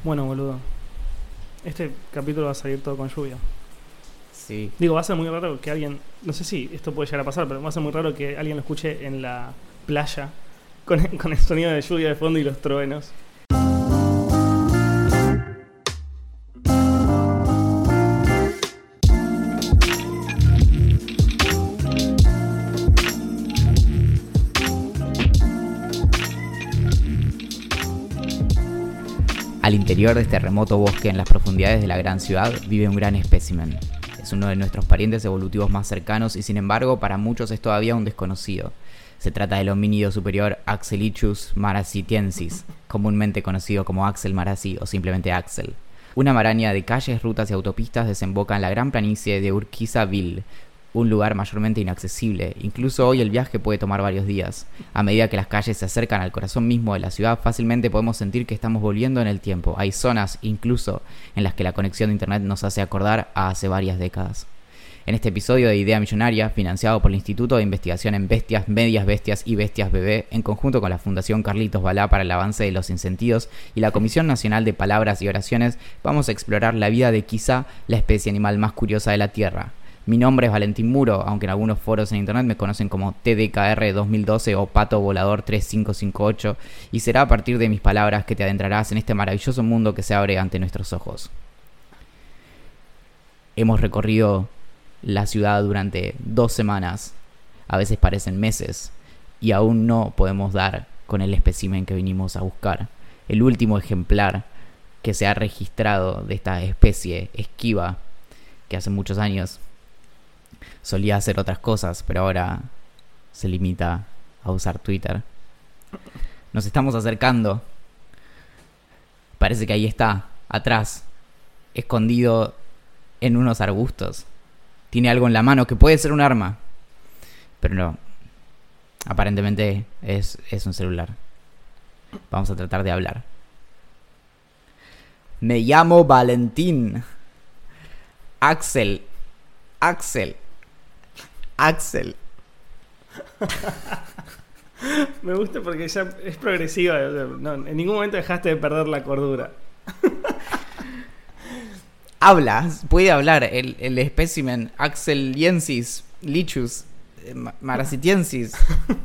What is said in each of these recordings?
Bueno, boludo. Este capítulo va a salir todo con lluvia. Sí. Digo, va a ser muy raro que alguien... No sé si esto puede llegar a pasar, pero va a ser muy raro que alguien lo escuche en la playa con el sonido de lluvia de fondo y los truenos. Al interior de este remoto bosque en las profundidades de la gran ciudad vive un gran espécimen. Es uno de nuestros parientes evolutivos más cercanos y sin embargo para muchos es todavía un desconocido. Se trata del homínido superior Axelichus marasitiensis, comúnmente conocido como Axel Marasi o simplemente Axel. Una maraña de calles, rutas y autopistas desemboca en la gran planicie de Urquiza-Ville, un lugar mayormente inaccesible. Incluso hoy el viaje puede tomar varios días. A medida que las calles se acercan al corazón mismo de la ciudad, fácilmente podemos sentir que estamos volviendo en el tiempo. Hay zonas, incluso, en las que la conexión de internet nos hace acordar a hace varias décadas. En este episodio de Idea Millonaria, financiado por el Instituto de Investigación en Bestias, Medias Bestias y Bestias Bebé, en conjunto con la Fundación Carlitos Balá para el avance de los insentidos y la Comisión Nacional de Palabras y Oraciones, vamos a explorar la vida de quizá la especie animal más curiosa de la Tierra. Mi nombre es Valentín Muro, aunque en algunos foros en internet me conocen como TDKR 2012 o Pato Volador 3558, y será a partir de mis palabras que te adentrarás en este maravilloso mundo que se abre ante nuestros ojos. Hemos recorrido la ciudad durante 2 semanas, a veces parecen meses, y aún no podemos dar con el espécimen que vinimos a buscar. El último ejemplar que se ha registrado de esta especie esquiva, que hace muchos años solía hacer otras cosas, pero ahora se limita a usar Twitter. Nos estamos acercando. Parece que ahí está, atrás, escondido en unos arbustos. Tiene algo en la mano que puede ser un arma, pero no. Aparentemente es un celular. Vamos a tratar de hablar. Me llamo Valentín. Axel. Me gusta porque ya es progresiva. No, en ningún momento dejaste de perder la cordura. Habla, puede hablar. El espécimen Axeliensis Lichus marasitiensis.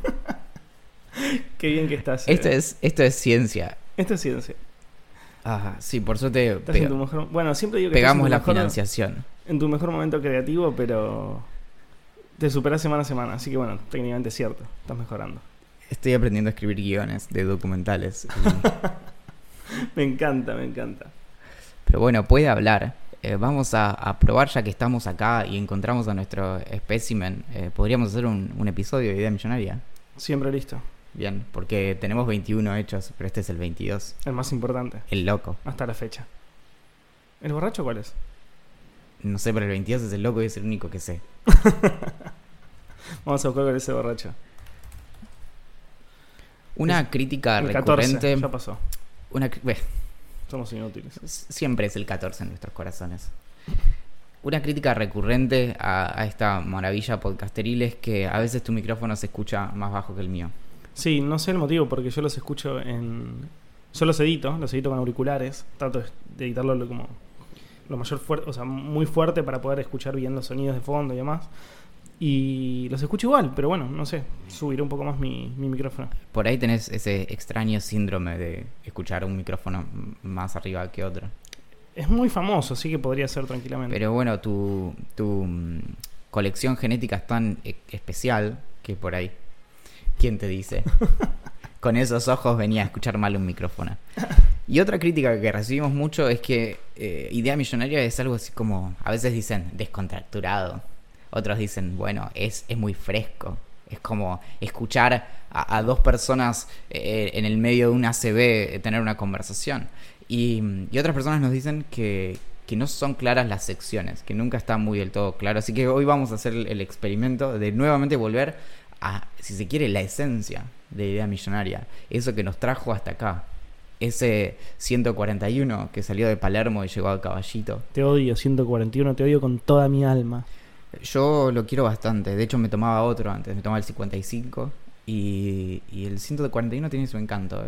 Qué bien que estás. Esto es ciencia. Esto es ciencia. Ajá, sí, por suerte Estás en tu mejor... Bueno, siempre digo que pegamos estás la en tu mejor... financiación. En tu mejor momento creativo, pero te superás semana a semana. Así que bueno, técnicamente es cierto. Estás mejorando. Estoy aprendiendo a escribir guiones de documentales. Me encanta. Pero bueno, puede hablar. Vamos a probar, ya que estamos acá y encontramos a nuestro espécimen. Podríamos hacer un episodio de Idea Millonaria. Siempre listo. Bien, porque tenemos 21 hechos, pero este es el 22. El más importante. El loco. Hasta la fecha. ¿El borracho cuál es? No sé, pero el 22 es el loco y es el único que sé. Vamos a buscar con ese borracho. Una crítica el recurrente. 14, ya pasó. Somos inútiles. Siempre es el 14 en nuestros corazones. Una crítica recurrente a esta maravilla podcasteril es que a veces tu micrófono se escucha más bajo que el mío. Sí, no sé el motivo, porque yo los escucho yo los edito con auriculares. Trato de editarlo como lo mayor fuerte, o sea, muy fuerte para poder escuchar bien los sonidos de fondo y demás. Y los escucho igual, pero bueno, no sé, subiré un poco más mi micrófono. Por ahí tenés ese extraño síndrome de escuchar un micrófono más arriba que otro. Es muy famoso, así que podría ser tranquilamente. Pero bueno, tu colección genética es tan especial que por ahí, ¿quién te dice? Con esos ojos venía a escuchar mal un micrófono. Y otra crítica que recibimos mucho es que Idea Millonaria es algo así como, a veces dicen descontracturado. Otros dicen, bueno, es muy fresco. Es como escuchar a 2 personas en el medio de un ACB tener una conversación. Y otras personas nos dicen que no son claras las secciones, que nunca está muy del todo claro. Así que hoy vamos a hacer el experimento de nuevamente volver a, si se quiere, la esencia de Idea Millonaria. Eso que nos trajo hasta acá. Ese 141 que salió de Palermo y llegó a Caballito. Te odio, 141, te odio con toda mi alma. Yo lo quiero bastante. De hecho me tomaba otro antes. Me tomaba el 55. Y el 141 tiene su encanto,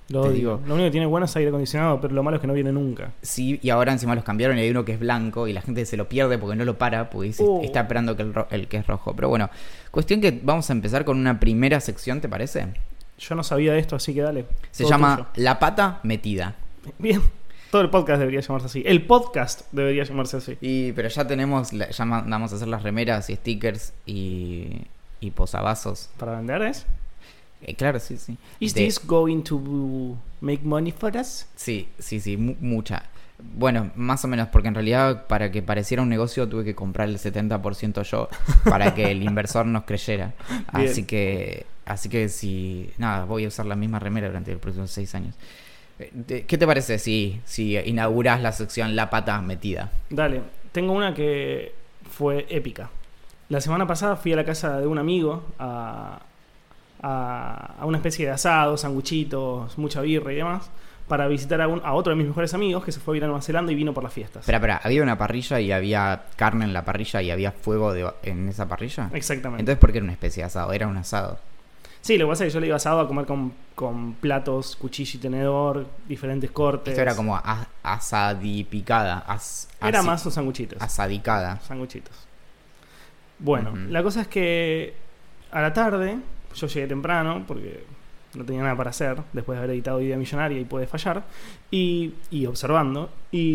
Lo Te odio. digo. Lo único que tiene bueno es aire acondicionado, pero lo malo es que no viene nunca. Sí, y ahora encima los cambiaron y hay uno que es blanco y la gente se lo pierde porque no lo para, porque dice, está esperando que el que es rojo. Pero bueno, cuestión que vamos a empezar con una primera sección, ¿te parece? Yo no sabía de esto, así que dale. Se Todo llama tuyo. La Pata Metida. Bien. Todo el podcast debería llamarse así. El podcast debería llamarse así. Pero ya tenemos, ya mandamos a hacer las remeras y stickers y posavasos. ¿Para vender es? Claro, sí, sí. ¿Is this going to make money for us? Sí, mucha. Bueno, más o menos, porque en realidad para que pareciera un negocio tuve que comprar el 70% yo para que el inversor nos creyera. Así que si... Nada, voy a usar la misma remera durante los próximos 6 años. ¿Qué te parece si inaugurás la sección La Pata Metida? Dale, tengo una que fue épica. La semana pasada fui a la casa de un amigo a una especie de asado, sanguchitos, mucha birra y demás, para visitar a otro de mis mejores amigos que se fue a ir a Nueva Zelanda y vino por las fiestas. Espera, ¿había una parrilla y había carne en la parrilla y había fuego en esa parrilla? Exactamente. Entonces, ¿por qué era una especie de asado? Era un asado. Sí, lo que pasa es que yo le iba asado a comer con platos, cuchillo y tenedor, diferentes cortes. Esto era como asadipicada. Era más un sanguchitos. Asadicada. Sanguchitos. Bueno, la cosa es que a la tarde yo llegué temprano porque no tenía nada para hacer después de haber editado Idea Millonaria y Puede Fallar y observando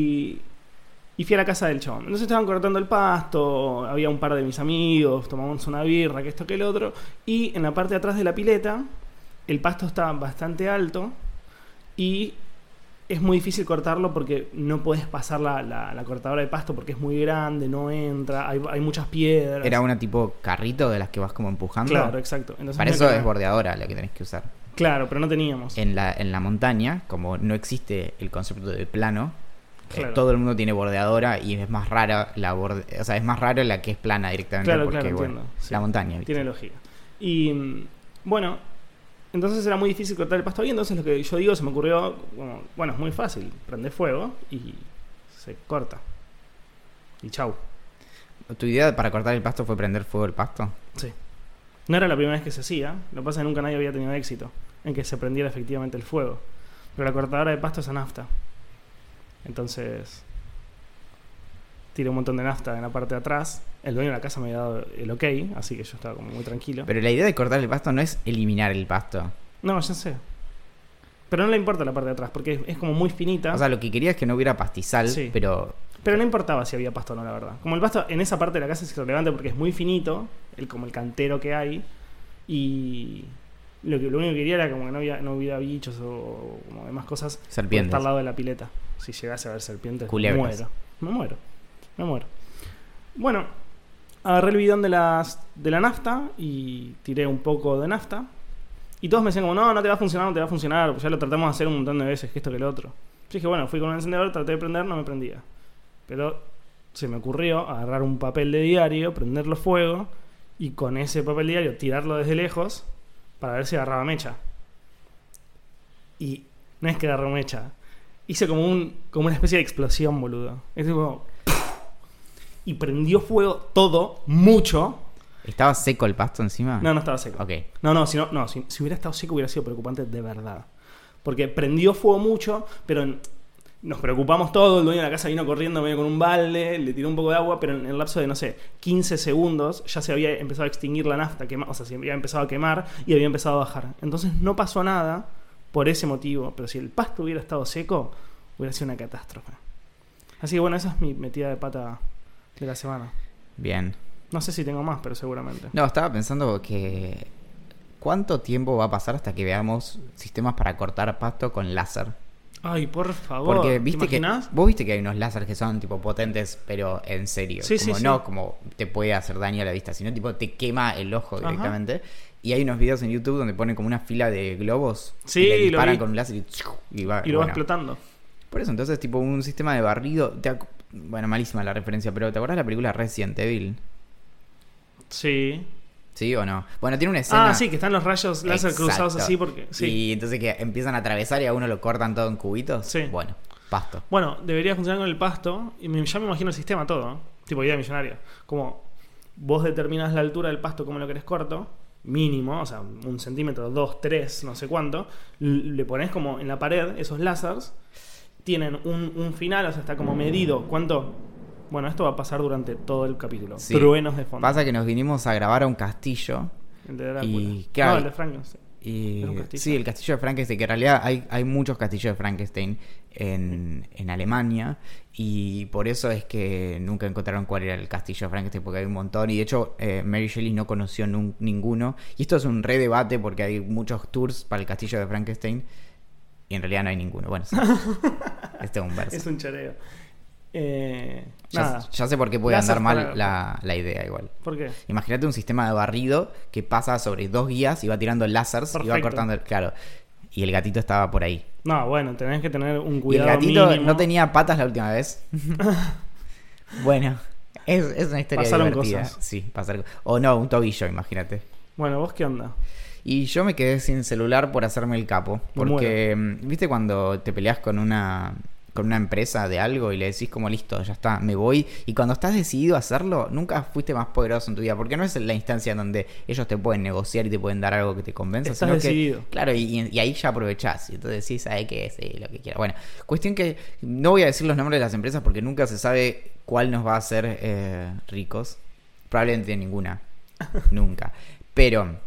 y fui a la casa del chabón. Entonces estaban cortando el pasto, había un par de mis amigos, tomamos una birra, que esto que el otro, y en la parte de atrás de la pileta el pasto está bastante alto y es muy difícil cortarlo porque no puedes pasar la cortadora de pasto porque es muy grande, no entra, hay muchas piedras. Era una tipo carrito de las que vas como empujando. Claro, exacto. Entonces para eso es bordeadora la que tenés que usar. Claro, pero no teníamos. En la montaña, como no existe el concepto de plano, claro. Todo el mundo tiene bordeadora y es más rara es más raro la que es plana directamente. Claro, porque, claro, bueno, entiendo. Sí. La montaña, ¿viste? Tiene lógica. Y bueno, entonces era muy difícil cortar el pasto ahí, entonces lo que yo digo se me ocurrió, bueno, es muy fácil, prende fuego y se corta. Y chau. ¿Tu idea para cortar el pasto fue prender fuego el pasto? Sí. No era la primera vez que se hacía, lo que pasa es que nunca nadie había tenido éxito en que se prendiera efectivamente el fuego. Pero la cortadora de pasto es a nafta. Entonces tiré un montón de nafta en la parte de atrás. El dueño de la casa me había dado el ok, así que yo estaba como muy tranquilo. Pero la idea de cortar el pasto no es eliminar el pasto. No, ya sé. Pero no le importa la parte de atrás, porque es como muy finita. O sea, lo que quería es que no hubiera pastizal, sí. Pero no importaba si había pasto o no, la verdad. Como el pasto en esa parte de la casa es irrelevante porque es muy finito, como el cantero que hay. Y lo único que quería era como que no hubiera bichos o como demás cosas. Serpientes. Por estar al lado de la pileta. Si llegase a ver serpientes, culebras. Me muero. Bueno, agarré el bidón de la nafta y tiré un poco de nafta. Y todos me decían como, no te va a funcionar, pues ya lo tratamos de hacer un montón de veces, que esto que lo otro. Yo dije, bueno, fui con un encendedor, traté de prender, no me prendía. Pero se me ocurrió agarrar un papel de diario, prenderlo fuego y con ese papel de diario tirarlo desde lejos para ver si agarraba mecha. Y no es que agarró mecha. Hice como una especie de explosión, boludo. Es como... Y prendió fuego todo, mucho. ¿Estaba seco el pasto encima? No estaba seco. Ok. Si hubiera estado seco hubiera sido preocupante de verdad. Porque prendió fuego mucho, pero nos preocupamos todos. El dueño de la casa vino corriendo, vino con un balde, le tiró un poco de agua, pero en el lapso de, 15 segundos ya se había empezado a extinguir la nafta, se había empezado a quemar y había empezado a bajar. Entonces no pasó nada por ese motivo, pero si el pasto hubiera estado seco, hubiera sido una catástrofe. Así que bueno, esa es mi metida de pata de la semana. Bien. No sé si tengo más, pero seguramente. No, estaba pensando que... ¿Cuánto tiempo va a pasar hasta que veamos sistemas para cortar pasto con láser? Ay, por favor. Porque vos viste que hay unos láser que son tipo potentes, pero en serio. Sí, como sí, no sí. como te puede hacer daño a la vista, sino tipo te quema el ojo directamente. Ajá. Y hay unos videos en YouTube donde ponen como una fila de globos. Sí, y le disparan lo vi. con un láser y va Lo va explotando. Por eso, entonces, tipo un sistema de barrido. Bueno, malísima la referencia, pero ¿te acuerdas la película Resident Evil? Sí. ¿Sí o no? Bueno, tiene una escena... Sí, que están los rayos láser Exacto. cruzados así porque... Sí. Y entonces que empiezan a atravesar y a uno lo cortan todo en cubitos. Sí. Bueno, pasto. Bueno, debería funcionar con el pasto. Y ya me imagino el sistema todo, ¿no? Tipo idea millonaria. Como vos determinás la altura del pasto como lo querés corto. mínimo, o sea, 1 centímetro, 2, 3, no sé cuánto, le pones como en la pared esos láseres, tienen un final, o sea, está como medido cuánto. Bueno, esto va a pasar durante todo el capítulo. Sí. Truenos de fondo. Pasa que nos vinimos a grabar a un castillo. El de Drácula. Y claro, no, el de Frankenstein. Sí, el castillo de Frankenstein, que en realidad hay muchos castillos de Frankenstein en Alemania, y por eso es que nunca encontraron cuál era el castillo de Frankenstein, porque hay un montón, y de hecho Mary Shelley no conoció ninguno, y esto es un re debate porque hay muchos tours para el castillo de Frankenstein y en realidad no hay ninguno. Bueno, sí. Este es un verso. Es un choreo. Ya sé por qué puede andar mal la idea igual. ¿Por qué? Imagínate un sistema de barrido que pasa sobre 2 guías y va tirando láseres y va cortando. Claro. Y el gatito estaba por ahí. No, bueno, tenés que tener un cuidado. Y el gatito mínimo. no tenía patas la última vez. Bueno, es una historia Pasaron divertida. cosas. Sí, o no, un tobillo, imagínate. Bueno, ¿vos qué onda? Y yo me quedé sin celular por hacerme el capo. Porque, ¿viste cuando te peleas con una empresa de algo y le decís como listo, ya está, me voy? Y cuando estás decidido a hacerlo, nunca fuiste más poderoso en tu vida, porque no es la instancia en donde ellos te pueden negociar y te pueden dar algo que te convenza, estás sino decidido. Que, claro, y ahí ya aprovechás y entonces decís, ¿sabes qué es? Lo que quiera. Bueno, cuestión que no voy a decir los nombres de las empresas porque nunca se sabe cuál nos va a hacer ricos. Probablemente ninguna. Nunca. Pero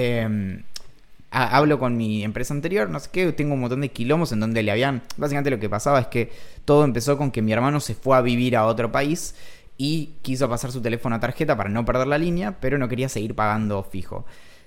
hablo con mi empresa anterior, no sé qué, tengo un montón de quilombos en donde le habían... Básicamente lo que pasaba es que todo empezó con que mi hermano se fue a vivir a otro país y quiso pasar su teléfono a tarjeta para no perder la línea, pero no quería seguir pagando fijo.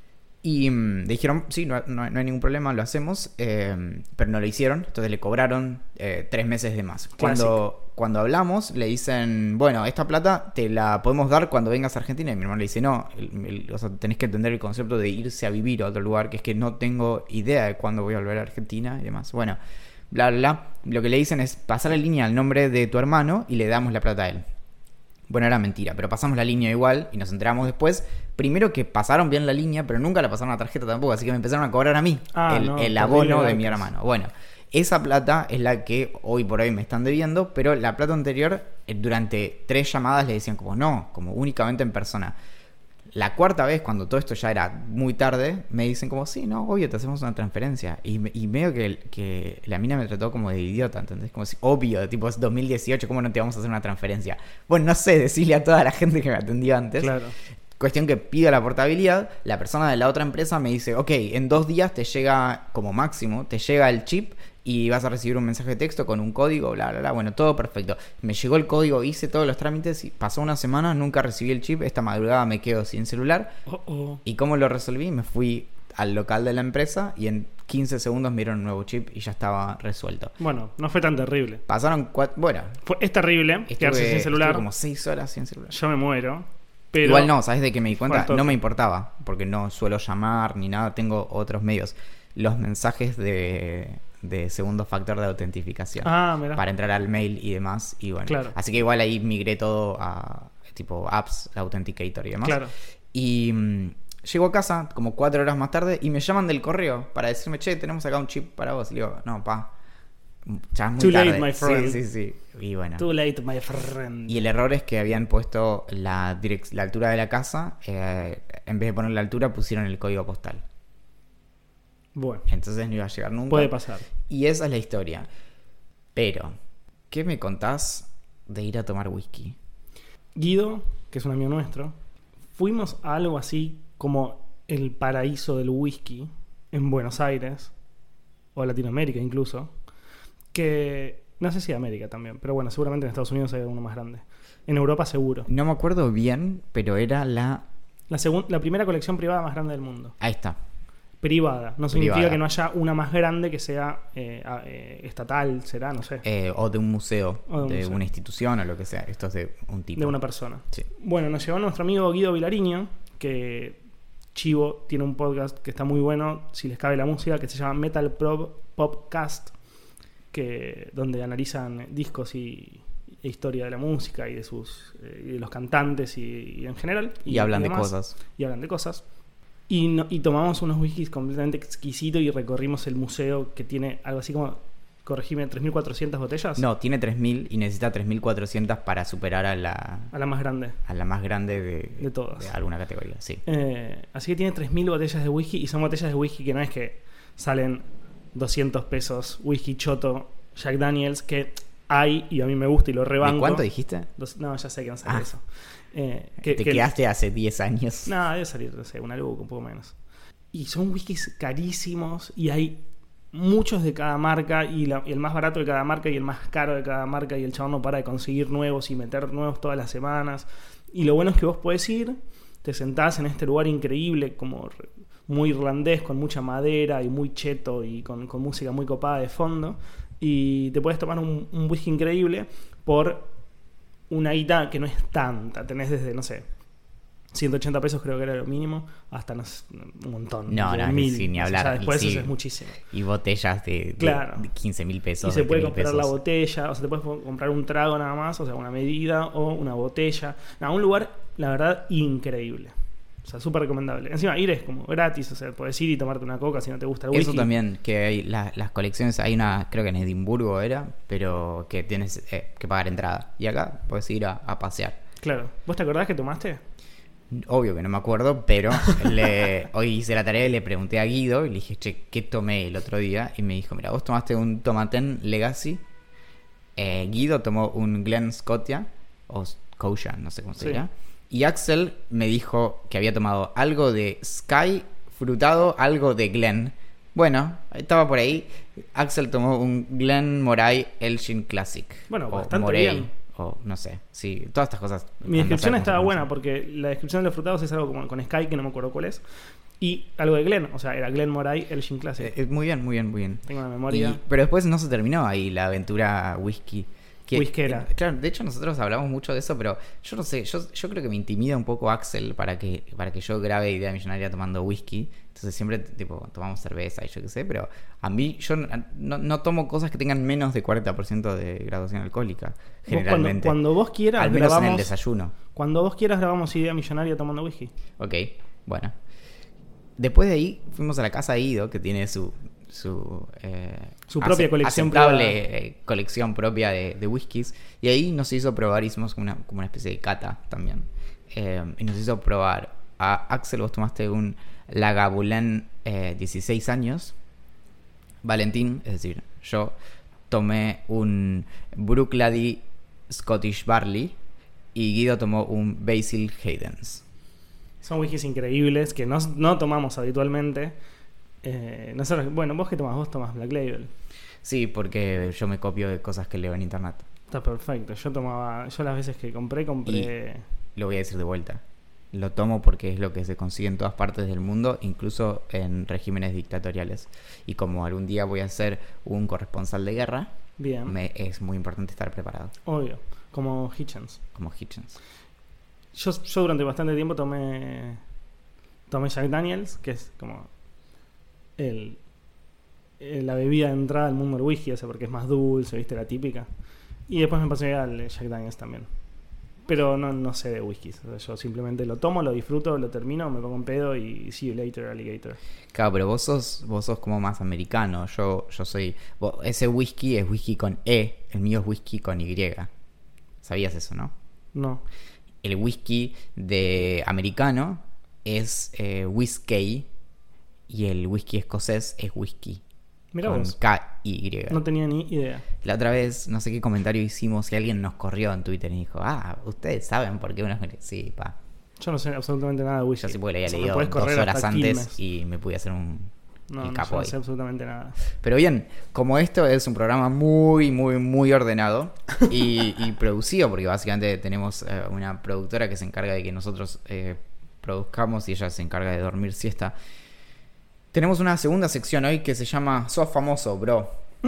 Y dijeron, sí, no hay ningún problema, lo hacemos, pero no lo hicieron, entonces le cobraron 3 meses de más. Cuando hablamos, le dicen, bueno, esta plata te la podemos dar cuando vengas a Argentina. Y mi hermano le dice, no, o sea, tenés que entender el concepto de irse a vivir a otro lugar, que es que no tengo idea de cuándo voy a volver a Argentina y demás. Bueno, bla, bla, bla. Lo que le dicen es pasar la línea al nombre de tu hermano y le damos la plata a él. Bueno, era mentira, pero pasamos la línea igual y nos enteramos después. Primero que pasaron bien la línea, pero nunca la pasaron a tarjeta tampoco, así que me empezaron a cobrar a mí el abono de mi hermano. Bueno, esa plata es la que hoy por hoy me están debiendo, pero la plata anterior, durante 3 llamadas le decían como no, como únicamente en persona. La 4ª vez, cuando todo esto ya era muy tarde, me dicen como, sí, no, obvio, te hacemos una transferencia. Y medio que la mina me trató como de idiota, ¿entendés? Como si, obvio, tipo, es 2018, ¿cómo no te vamos a hacer una transferencia? Bueno, no sé, decirle a toda la gente que me atendió antes. Claro. Cuestión que pido la portabilidad, la persona de la otra empresa me dice, ok, en 2 días te llega, como máximo, te llega el chip y vas a recibir un mensaje de texto con un código, bla, bla, bla. Bueno, todo perfecto. Me llegó el código, hice todos los trámites y pasó una semana, nunca recibí el chip. Esta madrugada me quedo sin celular. ¿Y cómo lo resolví? Me fui al local de la empresa y en 15 segundos me dieron un nuevo chip y ya estaba resuelto. Bueno, no fue tan terrible. Pasaron 4... Bueno. Es terrible quedarse sin celular. Estuve como 6 horas sin celular. Yo me muero. Pero igual no, ¿sabes de qué me di cuenta? No me importaba, porque no suelo llamar ni nada, tengo otros medios. Los mensajes de segundo factor de autentificación para entrar al mail y demás. Y bueno, claro. Así que igual ahí migré todo a tipo apps, Authenticator y demás. Claro. Y llego a casa como 4 horas más tarde y me llaman del correo para decirme, che, tenemos acá un chip para vos. Y le digo, no, ya es muy Too tarde. late, my friend. Sí. Y bueno. Too late, my friend. Y el error es que habían puesto la altura de la casa, en vez de poner la altura pusieron el código postal. Bueno. Entonces no iba a llegar nunca. Puede pasar. Y esa es la historia. Pero, ¿qué me contás de ir a tomar whisky? Guido, que es un amigo nuestro, fuimos a algo así como el paraíso del whisky en Buenos Aires, o Latinoamérica incluso, que no sé si América también, pero bueno, seguramente en Estados Unidos hay uno más grande. En Europa seguro. No me acuerdo bien, pero era la primera colección privada más grande del mundo. Ahí está. Privada. No significa que no haya una más grande que sea estatal, será, no sé. O de un museo, de museo. una institución o lo que sea. Esto es de un tipo. De una persona. Sí. Bueno, nos llevó nuestro amigo Guido Vilariño, que Chivo tiene un podcast que está muy bueno, si les cabe la música, que se llama Metal Popcast, donde analizan discos e historia de la música y de sus y de los cantantes y en general. Y hablan demás, de cosas. Y hablan de cosas. Y tomamos unos whiskies completamente exquisitos y recorrimos el museo que tiene algo así como corregime, 3.400 botellas. No, tiene 3.000 y necesita 3.400 para superar a la más grande. A la más grande de todas. De alguna categoría, sí. Así que tiene 3.000 botellas de whisky y son botellas de whisky que no es que salen 200 pesos, whisky choto, Jack Daniels, que hay y a mí me gusta y lo rebanco. ¿De cuánto dijiste? No, ya sé que no sale eso. Te quedaste hace 10 años. No, debe salir, no sé, una luca, un poco menos. Y son whiskies carísimos y hay muchos de cada marca y el más barato de cada marca y el más caro de cada marca, y el chabón no para de conseguir nuevos y meter nuevos todas las semanas. Y lo bueno es que vos podés ir, te sentás en este lugar increíble, como muy irlandés, con mucha madera y muy cheto y con música muy copada de fondo, y te puedes tomar un whisky increíble por una guita que no es tanta. Tenés desde, no sé, 180 pesos creo que era lo mínimo, hasta un montón. No, 1000, sí, ni hablar. O sea, después sí, eso es muchísimo. Y botellas de 15.000 pesos. Y se puede comprar pesos. la botella, o sea, te puedes comprar un trago nada más, o sea, una medida o una botella. Nada, un lugar, la verdad, increíble. O sea, súper recomendable. Encima, ir es como gratis, o sea, podés ir y tomarte una coca si no te gusta el whisky. Eso también, que hay las colecciones, hay una, creo que en Edimburgo era, pero que tienes que pagar entrada. Y acá podés ir a pasear. Claro. ¿Vos te acordás que tomaste? Obvio que no me acuerdo, pero hoy hice la tarea y le pregunté a Guido y le dije, che, ¿qué tomé el otro día? Y me dijo, mira, vos tomaste un Tomaten Legacy, Guido tomó un Glen Scotia, o Scotia, no sé cómo se dirá, y Axel me dijo que había tomado algo de Sky frutado, algo de Glen. Bueno, estaba por ahí. Axel tomó un Glen Moray Elgin Classic. Bueno, o bastante Moray, bien. O no sé, sí, todas estas cosas. Mi descripción estaba buena porque la descripción de los frutados es algo como con Sky, que no me acuerdo cuál es, y algo de Glen, o sea, era Glen Moray Elgin Classic. Muy bien, muy bien, muy bien. Tengo una memoria. Pero después no se terminó ahí la aventura whisky. Whiskera. Claro, de hecho nosotros hablamos mucho de eso, pero yo no sé, yo creo que me intimida un poco Axel para que yo grabe Idea Millonaria tomando whisky. Entonces siempre tipo tomamos cerveza y yo qué sé, pero a mí yo no tomo cosas que tengan menos de 40% de graduación alcohólica, generalmente. Cuando vos quieras, al menos en el desayuno. Cuando vos quieras grabamos Idea Millonaria tomando whisky. Ok, bueno. Después de ahí fuimos a la casa de Ido, que tiene su propia colección aceptable colección propia de whiskies, y ahí nos hizo probar, hicimos como una especie de cata también, y nos hizo probar a Axel. Vos tomaste un Lagavulin 16 años, Valentín, es decir, yo tomé un Bruichladdich Scottish Barley y Guido tomó un Basil Hayden's. Son whiskies increíbles que no tomamos habitualmente. Nosotros, bueno, ¿vos qué tomás? Vos tomás Black Label. Sí, porque yo me copio de cosas que leo en internet. Está perfecto. Yo las veces que compré. Y lo voy a decir de vuelta. Lo tomo porque es lo que se consigue en todas partes del mundo, incluso en regímenes dictatoriales. Y como algún día voy a ser un corresponsal de guerra, bien, es muy importante estar preparado. Obvio, como Hitchens. Yo durante bastante tiempo tomé Jack Daniels, que es como la bebida de entrada al mundo del whisky, o sea, porque es más dulce, viste, la típica. Y después me pasé al Jack Daniels también. Pero no sé de whiskies. O sea, yo simplemente lo tomo, lo disfruto, lo termino, me pongo en pedo y see you later, alligator. Claro, pero vos sos como más americano. Yo soy... ese whisky es whisky con E, el mío es whisky con Y. ¿Sabías eso, no? No. El whisky de americano es whiskey y el whisky escocés es whisky. Mirá con vos. K-Y. No tenía ni idea. La otra vez, no sé qué comentario hicimos y alguien nos corrió en Twitter y dijo, ustedes saben por qué uno es... Sí, pa. Yo no sé absolutamente nada de whisky. Yo sí porque le había O sea, leído me podés 2 correr horas hasta antes Quilmes. y me pude hacer el capo no ahí. sé absolutamente nada. Pero bien, como esto es un programa muy, muy, muy ordenado y producido, porque básicamente tenemos una productora que se encarga de que nosotros produzcamos y ella se encarga de dormir siesta. Tenemos una segunda sección hoy que se llama Sos Famoso, Bro.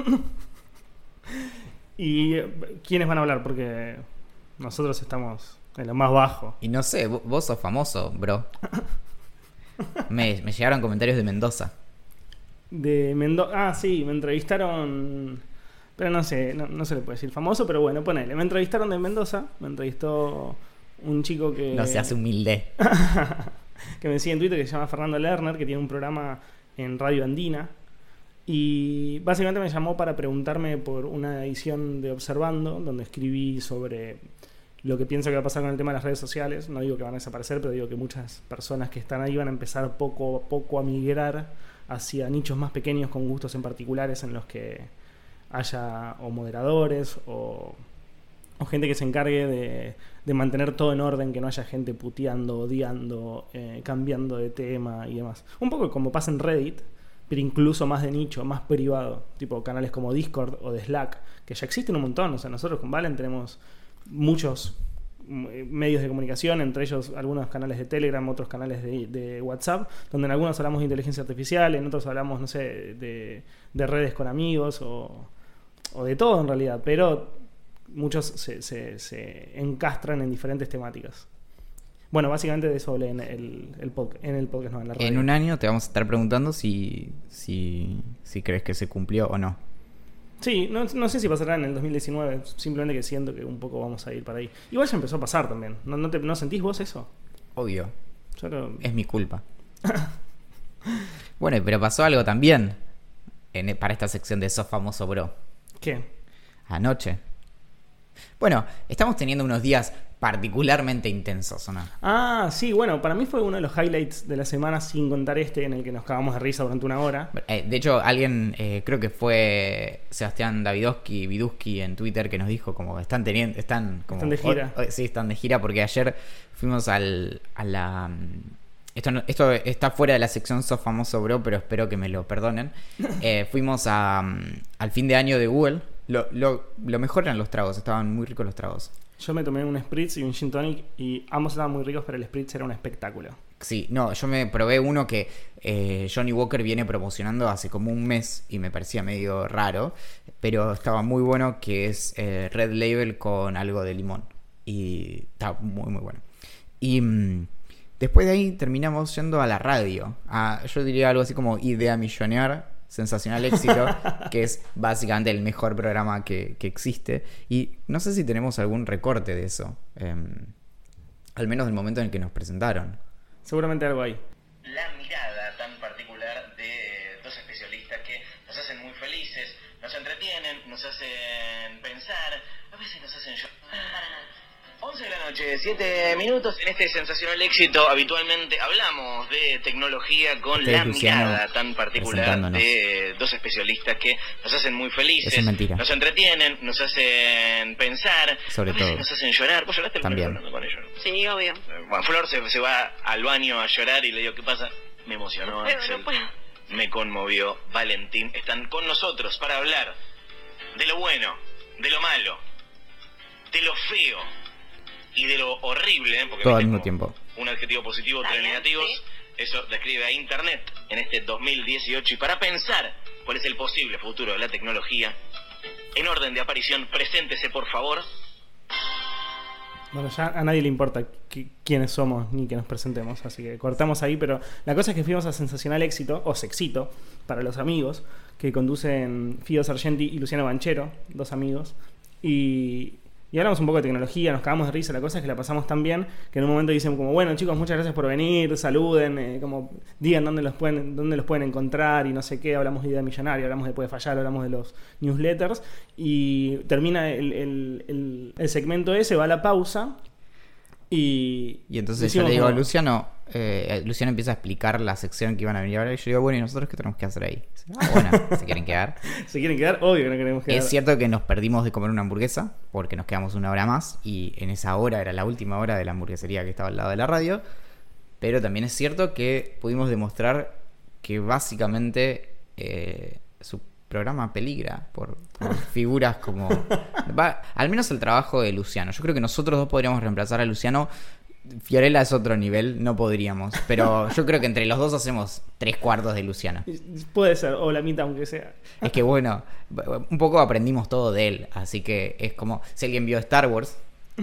¿Y quiénes van a hablar? Porque nosotros estamos en lo más bajo. Y no sé, vos sos famoso, bro. Me llegaron comentarios de Mendoza. De Mendoza. Sí, me entrevistaron. Pero no sé, no se le puede decir famoso, pero bueno, ponele. Me entrevistaron de Mendoza. Me entrevistó un chico que... No se hace humilde. que me sigue en Twitter, que se llama Fernando Lerner, que tiene un programa en Radio Andina. Y básicamente me llamó para preguntarme por una edición de Observando, donde escribí sobre lo que pienso que va a pasar con el tema de las redes sociales. No digo que van a desaparecer, pero digo que muchas personas que están ahí van a empezar poco a poco a migrar hacia nichos más pequeños con gustos en particulares en los que haya o moderadores o gente que se encargue de mantener todo en orden, que no haya gente puteando, odiando, cambiando de tema y demás. Un poco como pasa en Reddit, pero incluso más de nicho, más privado, tipo canales como Discord o de Slack, que ya existen un montón. O sea, nosotros con Valen tenemos muchos medios de comunicación, entre ellos algunos canales de Telegram, otros canales de WhatsApp, donde en algunos hablamos de inteligencia artificial, en otros hablamos, no sé, de redes con amigos o de todo en realidad, pero muchos se encastran en diferentes temáticas. Bueno, básicamente de eso hablé en el podcast, no, en la radio. En un año te vamos a estar preguntando si crees que se cumplió o no. Sí, no sé si pasará en el 2019, simplemente que siento que un poco vamos a ir para ahí. Igual ya empezó a pasar también. ¿No sentís vos eso? Obvio. Es mi culpa. Bueno, pero pasó algo también para esta sección de Sos Famoso Bro. ¿Qué? Anoche. Bueno, estamos teniendo unos días particularmente intensos, ¿o no? Ah, sí, bueno, para mí fue uno de los highlights de la semana, sin contar en el que nos cagamos de risa durante una hora. De hecho, alguien, creo que fue Sebastián Viduski en Twitter, que nos dijo como están de gira. Sí, están de gira, porque ayer fuimos a la... Esto está fuera de la sección Sos Famoso Bro, pero espero que me lo perdonen. Fuimos al fin de año de Google. Lo mejor eran los tragos, estaban muy ricos los tragos. Yo me tomé un Spritz y un Gin Tonic y ambos estaban muy ricos, pero el Spritz era un espectáculo. Sí, no, yo me probé uno que Johnny Walker viene promocionando hace como un mes y me parecía medio raro, pero estaba muy bueno, que es Red Label con algo de limón. Y está muy, muy bueno. Y después de ahí terminamos yendo a la radio. Yo diría algo así como Idea Millonaire, Sensacional Éxito, que es básicamente el mejor programa que existe. Y no sé si tenemos algún recorte de eso, al menos del momento en el que nos presentaron. Seguramente algo ahí. La mirada tan particular de dos especialistas que nos hacen muy felices, nos entretienen, nos hacen pensar, a veces nos hacen llorar. 11 de la noche, 7 minutos. En este Sensacional Éxito habitualmente hablamos de tecnología con la mirada tan particular de dos especialistas que nos hacen muy felices. Es mentira. Nos entretienen, nos hacen pensar, sobre todo nos hacen llorar. ¿Vos lloraste también con ellos? Sí, obvio. Bueno, Flor se va al baño a llorar y le digo, ¿qué pasa? Me emocionó, Axel. No puedo. Me conmovió. Valentín están con nosotros para hablar de lo bueno, de lo malo, de lo feo y de lo horrible, porque todo al mismo tiempo. Un adjetivo positivo, tres negativos. Sí. Eso describe a Internet en este 2018. Y para pensar cuál es el posible futuro de la tecnología, en orden de aparición, preséntese por favor. Bueno, ya a nadie le importa quiénes somos ni que nos presentemos, así que cortamos ahí. Pero la cosa es que fuimos a Sensacional Éxito, o Sexito, para los amigos, que conducen Fido Sargenti y Luciano Banchero, dos amigos. Y hablamos un poco de tecnología, nos cagamos de risa. La cosa es que la pasamos tan bien que en un momento dicen como, bueno chicos, muchas gracias por venir, saluden, como digan dónde los pueden encontrar y no sé qué. Hablamos de Idea Millonaria, hablamos de Puede Fallar, hablamos de los newsletters. Y termina el segmento ese, va a la pausa. Y entonces yo le digo a Luciano, Luciano empieza a explicar la sección que iban a venir ahora. Y yo digo, bueno, ¿y nosotros qué tenemos que hacer ahí? Bueno, ¿se quieren quedar? ¿Se quieren quedar? Obvio que no queremos quedar. Es cierto que nos perdimos de comer una hamburguesa porque nos quedamos una hora más. Y en esa hora era la última hora de la hamburguesería que estaba al lado de la radio. Pero también es cierto que pudimos demostrar que básicamente su programa peligra por figuras como... al menos el trabajo de Luciano. Yo creo que nosotros dos podríamos reemplazar a Luciano. Fiorella es otro nivel, no podríamos. Pero yo creo que entre los dos hacemos 3/4 de Luciano. Puede ser, o la mitad aunque sea. Es que bueno, un poco aprendimos todo de él. Así que es como, si alguien vio Star Wars,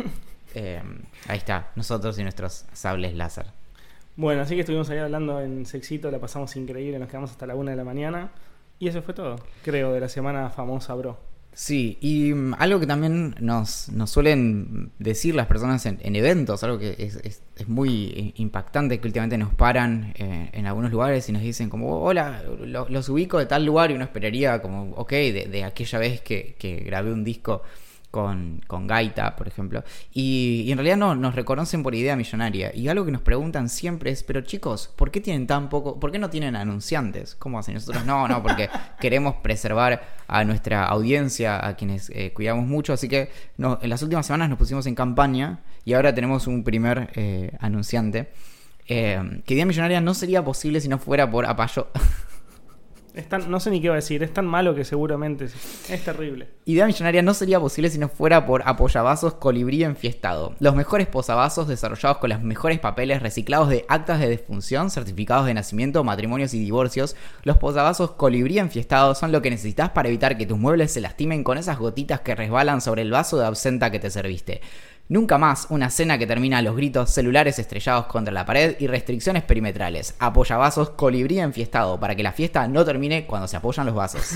ahí está, nosotros y nuestros sables láser. Bueno, así que estuvimos ahí hablando en Sexito, la pasamos increíble, nos quedamos hasta la 1 de la mañana. Y eso fue todo, creo, de la semana famosa, bro. Sí, y algo que también nos suelen decir las personas en eventos, algo que es muy impactante, que últimamente nos paran en algunos lugares y nos dicen como, hola, los ubico de tal lugar, y uno esperaría como, ok, de aquella vez que grabé un disco con gaita, por ejemplo, y en realidad no nos reconocen por Idea Millonaria. Y algo que nos preguntan siempre es, pero chicos, ¿por qué tienen tan poco? ¿Por qué no tienen anunciantes? ¿Cómo hacen? Nosotros no, porque queremos preservar a nuestra audiencia, a quienes cuidamos mucho, así que en las últimas semanas nos pusimos en campaña y ahora tenemos un primer anunciante. Que Idea Millonaria no sería posible si no fuera por Apayo. No sé ni qué va a decir, es tan malo que seguramente es terrible. Idea Millonaria no sería posible si no fuera por Apoyavasos Colibrí Enfiestado. Los mejores posavasos desarrollados con los mejores papeles reciclados de actas de defunción, certificados de nacimiento, matrimonios y divorcios. Los posavasos Colibrí Enfiestado son lo que necesitas para evitar que tus muebles se lastimen con esas gotitas que resbalan sobre el vaso de absenta que te serviste. Nunca más una cena que termina a los gritos, celulares estrellados contra la pared y restricciones perimetrales. Apoyavasos Colibrí Enfiestado, para que la fiesta no termine cuando se apoyan los vasos.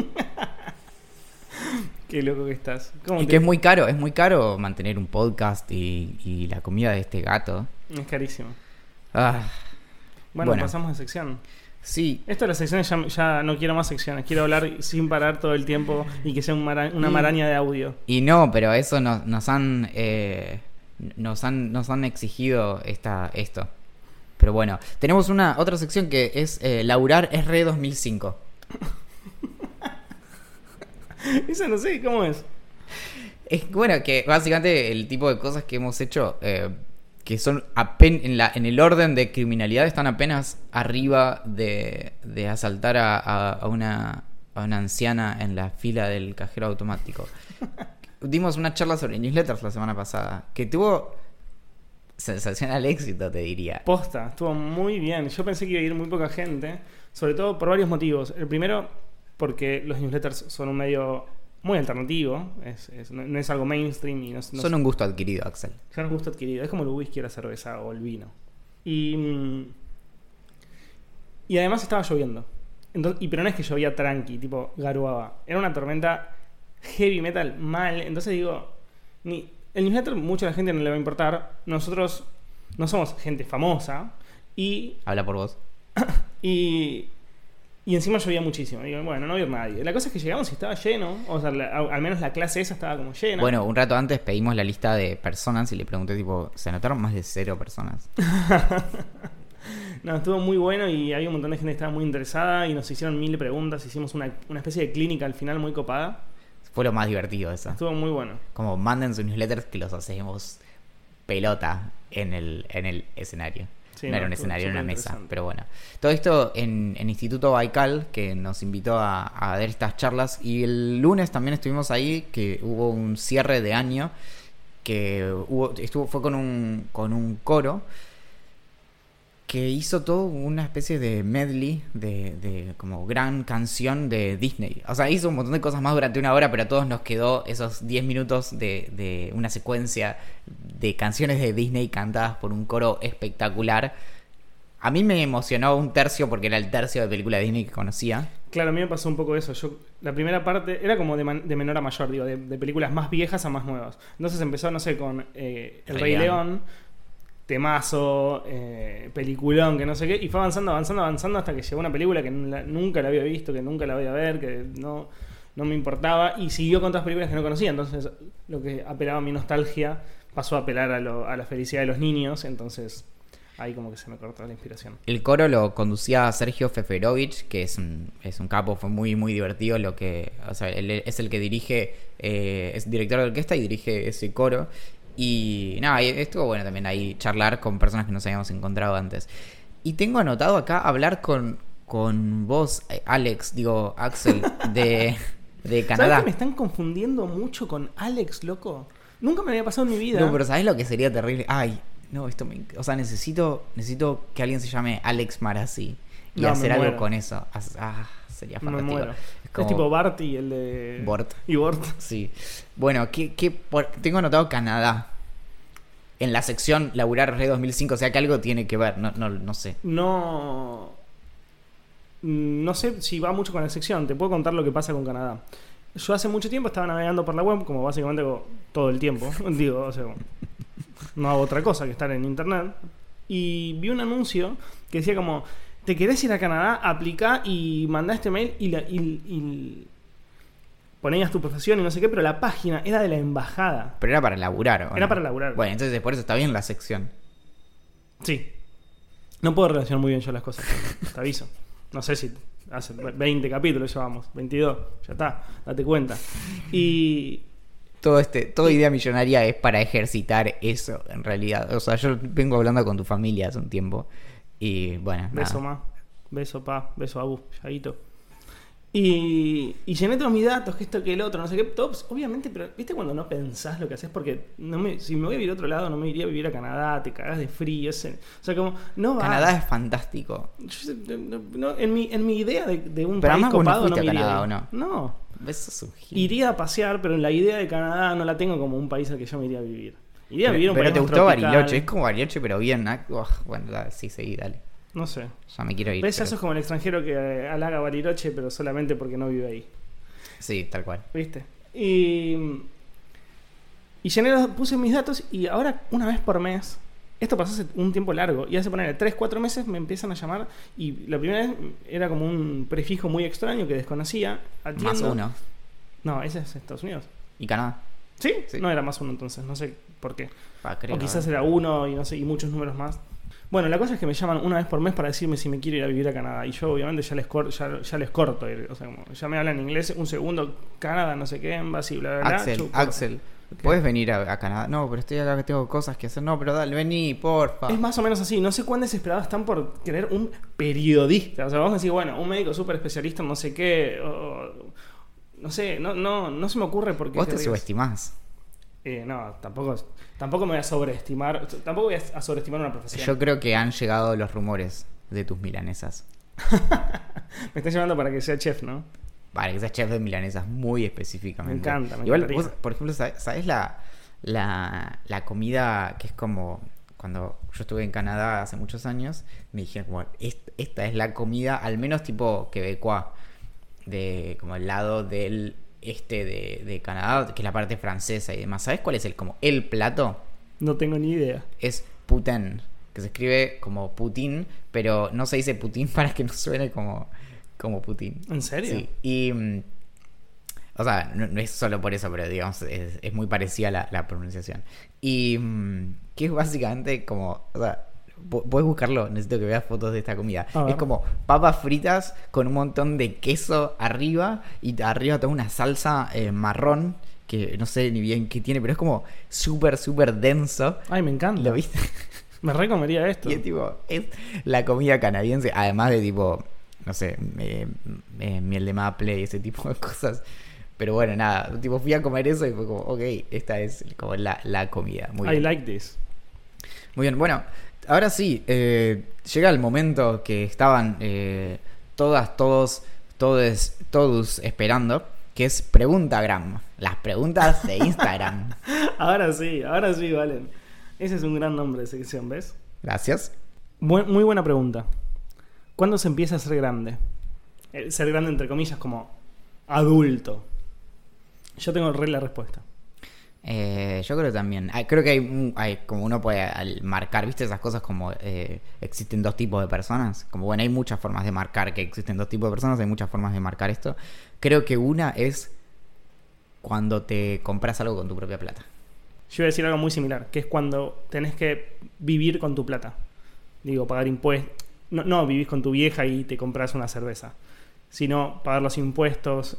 Qué loco que estás. Y que es muy caro mantener un podcast y la comida de este gato. Es carísimo. Bueno, pasamos de sección. Sí. Esto de las secciones ya no quiero más secciones. Quiero hablar sin parar todo el tiempo y que sea una maraña de audio. Y no, pero eso nos han exigido esto. Pero bueno, tenemos otra sección que es Laburar RE 2005. Eso no sé, ¿cómo es? Es bueno, que básicamente el tipo de cosas que hemos hecho, que son en el orden de criminalidad, están apenas arriba de asaltar a una anciana en la fila del cajero automático. Dimos una charla sobre newsletters la semana pasada, que tuvo sensacional éxito, te diría. Posta, estuvo muy bien. Yo pensé que iba a ir muy poca gente, sobre todo por varios motivos. El primero, porque los newsletters son un medio muy alternativo, no es algo mainstream y son un gusto adquirido, Axel. Son un gusto adquirido, es como el whisky, la cerveza o el vino. Y además estaba lloviendo. Pero no es que llovía tranqui, tipo garuaba. Era una tormenta heavy metal mal. Entonces digo, el newsletter mucha la gente no le va a importar. Nosotros no somos gente famosa y... Habla por vos. Y encima llovía muchísimo. Digo, bueno, no había nadie. La cosa es que llegamos y estaba lleno. O sea, al menos la clase esa estaba como llena. Bueno, un rato antes pedimos la lista de personas y le pregunté, tipo, ¿se anotaron más de 0 personas? No, estuvo muy bueno y había un montón de gente que estaba muy interesada y nos hicieron 1000 preguntas. Hicimos una especie de clínica al final muy copada. Fue lo más divertido eso. Estuvo muy bueno. Como manden sus newsletters que los hacemos pelota en el escenario. Sí, no era un escenario, era una mesa, pero bueno. Todo esto en Instituto Baikal, que nos invitó a dar estas charlas. Y el lunes también estuvimos ahí, que hubo un cierre de año, que fue con un coro que hizo todo una especie de medley de como gran canción de Disney. O sea, hizo un montón de cosas más durante una hora, pero a todos nos quedó esos 10 minutos de una secuencia de canciones de Disney cantadas por un coro espectacular. A mí me emocionó un tercio porque era el tercio de película de Disney que conocía. Claro, a mí me pasó un poco eso. La primera parte era como de menor a mayor, digo, de películas más viejas a más nuevas. Entonces empezó, no sé, con El Rey León, temazo, peliculón, que no sé qué, y fue avanzando hasta que llegó una película que nunca la había visto, que nunca la voy a ver, que no me importaba, y siguió con otras películas que no conocía. Entonces lo que apelaba a mi nostalgia pasó a apelar a la felicidad de los niños. Entonces ahí como que se me cortó la inspiración. El coro lo conducía Sergio Feferovich, que es un capo, fue muy muy divertido. O sea, él es el que dirige, es director de orquesta y dirige ese coro. Y nada, estuvo bueno también ahí charlar con personas que nos habíamos encontrado antes. Y tengo anotado acá hablar con vos, Axel, de Canadá. ¿Sabes que me están confundiendo mucho con Alex, loco? Nunca me había pasado en mi vida. No, pero ¿sabes lo que sería terrible? Ay, no, o sea, necesito que alguien se llame Alex Marazzi y hacer algo con eso. Sería fantástico. Me muero. Es tipo Bart y el de... Bort. Y Bort. Sí. Bueno, tengo anotado Canadá en la sección Laburar RE 2005. O sea, que algo tiene que ver. No sé. No sé si va mucho con la sección. Te puedo contar lo que pasa con Canadá. yo hace mucho tiempo estaba navegando por la web, como básicamente todo el tiempo. Digo, o sea, no hago otra cosa que estar en internet. Y vi un anuncio que decía como, ¿te querés ir a Canadá? Aplicá y mandá este mail y ponías tu profesión y no sé qué, pero la página era de la embajada. Pero era para laburar, ¿o no? Era para laburar. Bueno, entonces por eso está bien la sección. Sí. No puedo relacionar muy bien yo las cosas, te aviso. No sé si hace 20 capítulos llevamos, 22, ya está, date cuenta. Y... Toda idea millonaria es para ejercitar eso, en realidad. O sea, yo vengo hablando con tu familia hace un tiempo. Y bueno, beso nada. ma, beso pa, beso abu, Yaguito. Y llené todos mis datos, que esto, que el otro, no sé qué. Todos, obviamente, pero ¿viste cuando no pensás lo que haces? Porque si me voy a vivir a otro lado, no me iría a vivir a Canadá, te cagás de frío. O sea, como, no va. Canadá es fantástico. En mi idea de un Pero país además vos no copado fuiste no me a Canadá, iría. ¿o no? No. Eso es un gil. Iría a pasear, pero en la idea de Canadá no la tengo como un país al que yo me iría a vivir. Iría a vivir a un Pero país te más gustó tropical. Bariloche, es como Bariloche, pero bien. Bueno, sí, seguí, dale. No sé. Ya me quiero ir. ¿Ves? pero- Eso es como el extranjero que halaga Bariloche, pero solamente porque no vive ahí. Sí, tal cual. ¿Viste? Y puse mis datos y ahora una vez por mes, esto pasó hace un tiempo largo, y hace ponerle 3-4 meses me empiezan a llamar y la primera vez era como un prefijo muy extraño que desconocía. Atiendo. Más uno. No, ese es Estados Unidos. ¿Y Canadá? ¿Sí? Sí. No era más uno entonces, no sé por qué. Creo, O quizás era uno y no sé, y muchos números más. Bueno, la cosa es que me llaman una vez por mes para decirme si me quiero ir a vivir a Canadá. Y yo obviamente ya les corto. O sea, como ya me hablan inglés, un segundo, Canadá, no sé qué, embassy, bla, bla, bla. Axel, ¿puedes venir a Canadá? No, pero estoy acá que tengo cosas que hacer. No, pero dale, vení, porfa. Es más o menos así. No sé cuán desesperados están por querer un periodista. O sea, vamos a decir, bueno, un médico súper especialista en no sé qué. No sé, no se me ocurre por qué. Vos te querrías. subestimás. No, tampoco me voy a sobreestimar. Tampoco voy a sobreestimar una profesión. Yo creo que han llegado los rumores de tus milanesas. Me estás llamando para que sea chef, ¿no? Para que seas chef de milanesas, muy específicamente. Me encanta, me Igual, encantaría. vos, por ejemplo, ¿sabés la comida que es como... Cuando yo estuve en Canadá hace muchos años, me dijeron como, esta es la comida, al menos tipo quebecois, de como el lado del este de Canadá, que es la parte francesa y demás. ¿Sabés cuál es el plato? No tengo ni idea. Es putin, que se escribe como Putin, pero no se dice Putin para que no suene como Putin. ¿En serio? Sí, y... o sea, no es solo por eso, pero digamos, es muy parecida la pronunciación. Y que es básicamente como... O sea, puedes buscarlo, necesito que veas fotos de esta comida. Es como papas fritas con un montón de queso arriba y arriba toda una salsa marrón que no sé ni bien qué tiene, pero es como súper, súper denso. Ay, me encanta. ¿Lo viste? Me recomería esto. Y es tipo, es la comida canadiense, además de tipo, no sé, miel de maple y ese tipo de cosas. Pero bueno, nada, tipo fui a comer eso y fue como, ok, esta es como la comida. Muy bien. like this. Muy bien, bueno, ahora sí, llega el momento que estaban todos esperando, que es Preguntagram, las preguntas de Instagram. Ahora sí, Valen. Ese es un gran nombre de sección, ¿ves? Gracias. Muy buena pregunta. ¿Cuándo se empieza a ser grande? Ser grande entre comillas como adulto. Yo tengo la respuesta. Yo creo también. Creo que hay como uno puede marcar, ¿viste? Esas cosas como existen dos tipos de personas. Como bueno, hay muchas formas de marcar que existen dos tipos de personas, hay muchas formas de marcar esto. Creo que una es cuando te compras algo con tu propia plata. Yo iba a decir algo muy similar, que es cuando tenés que vivir con tu plata. Digo, pagar impuestos. No vivís con tu vieja y te compras una cerveza, sino pagar los impuestos,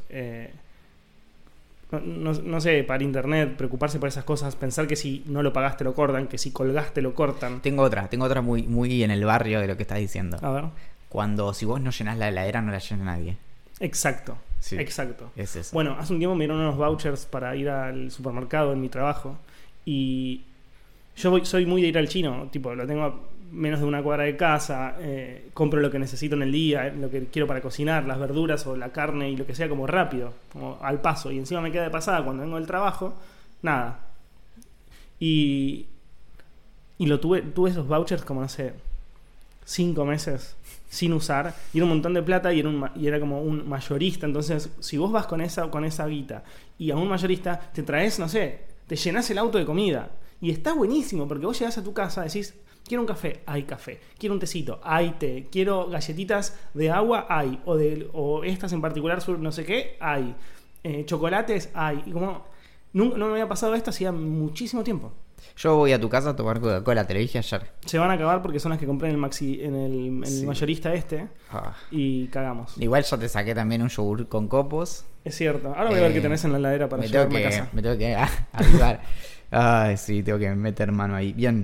no sé, pagar internet, preocuparse por esas cosas, pensar que si no lo pagaste lo cortan, que si colgaste lo cortan. Tengo otra muy, muy en el barrio de lo que estás diciendo. A ver. Cuando si vos no llenás la heladera, no la llena nadie. Exacto. Sí, exacto. Es eso. Bueno, hace un tiempo me dieron unos vouchers para ir al supermercado en mi trabajo y yo soy muy de ir al chino, tipo, lo tengo a menos de una cuadra de casa, compro lo que necesito en el día, lo que quiero para cocinar, las verduras o la carne y lo que sea como rápido, como al paso, y encima me queda de pasada cuando vengo del trabajo, nada. Y tuve esos vouchers como, no sé, 5 meses sin usar, y era un montón de plata, y era como un mayorista. Entonces, si vos vas con esa guita y a un mayorista te traes, no sé, te llenás el auto de comida, y está buenísimo, porque vos llegás a tu casa, decís, quiero un café, hay café, quiero un tecito, hay té, quiero galletitas de agua, hay, o estas en particular, no sé qué, hay, chocolates, hay, y como no me había pasado esto hacía muchísimo tiempo. Yo voy a tu casa a tomar Coca-Cola, te lo dije ayer. Se van a acabar porque son las que compré en el mayorista y cagamos. Igual yo te saqué también un yogur con copos. Es cierto. Ahora voy a ver qué tenés en la heladera para llevarme a casa. Me tengo que avivar. Ay, sí, tengo que meter mano ahí. Bien.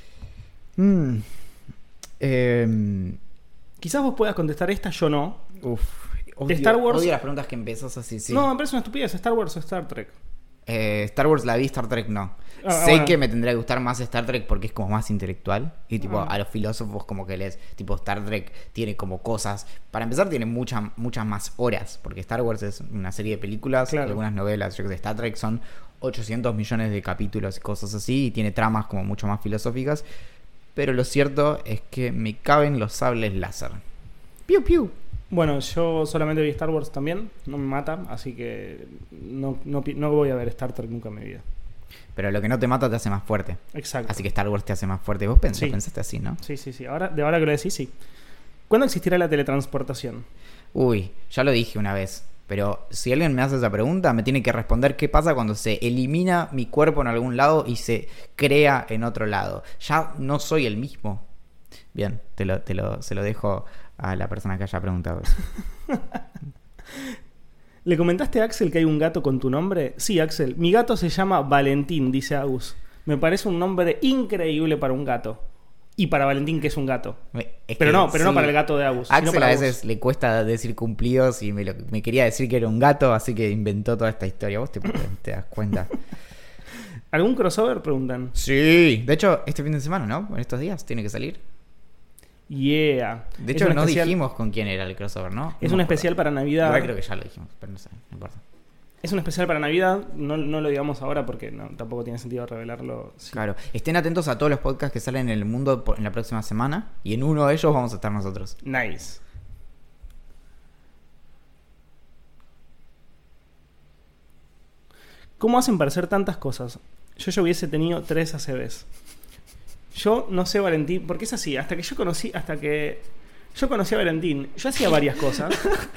Quizás vos puedas contestar esta, yo no. De Star Wars. Odio las preguntas que empezás así, sí. No, me parece una estupidez. ¿Star Wars o Star Trek? Star Wars la vi, Star Trek no. Sé bueno, que me tendría que gustar más Star Trek porque es como más intelectual. Y tipo, a los filósofos como que les... Tipo, Star Trek tiene como cosas... Para empezar, tiene muchas más horas. Porque Star Wars es una serie de películas, claro, algunas novelas. Yo que sé, Star Trek son 800 millones de capítulos y cosas así. Y tiene tramas como mucho más filosóficas. Pero lo cierto es que me caben los sables láser. ¡Piu, piu! Bueno, yo solamente vi Star Wars también, no me mata, así que no voy a ver Star Trek nunca en mi vida. Pero lo que no te mata te hace más fuerte. Exacto. Así que Star Wars te hace más fuerte. Vos pensaste así, ¿no? Sí. Ahora que lo decís, sí. ¿Cuándo existirá la teletransportación? Uy, ya lo dije una vez. Pero si alguien me hace esa pregunta, me tiene que responder qué pasa cuando se elimina mi cuerpo en algún lado y se crea en otro lado. Ya no soy el mismo. Bien, se lo dejo a la persona que haya preguntado eso. ¿Le comentaste a Axel que hay un gato con tu nombre? Sí, Axel. Mi gato se llama Valentín, dice Agus. Me parece un nombre increíble para un gato. Y para Valentín, que es un gato. Pero no para el gato de Agus. Axel para a veces le cuesta decir cumplidos y me quería decir que era un gato, así que inventó toda esta historia. Vos te das cuenta. ¿Algún crossover? Preguntan. Sí. De hecho, este fin de semana, ¿no? En estos días tiene que salir. Yeah. De hecho, no dijimos con quién era el crossover, ¿no? Es un especial para Navidad. Igual creo que ya lo dijimos, pero no sé, no importa. Es un especial para Navidad, no lo digamos ahora porque tampoco tiene sentido revelarlo. Sí. Claro, estén atentos a todos los podcasts que salen en el mundo en la próxima semana y en uno de ellos vamos a estar nosotros. Nice. ¿Cómo hacen para hacer tantas cosas? Yo ya hubiese tenido 3 ACVs. Yo no sé, Valentín, porque es así, hasta que yo conocí a Valentín, yo hacía varias cosas.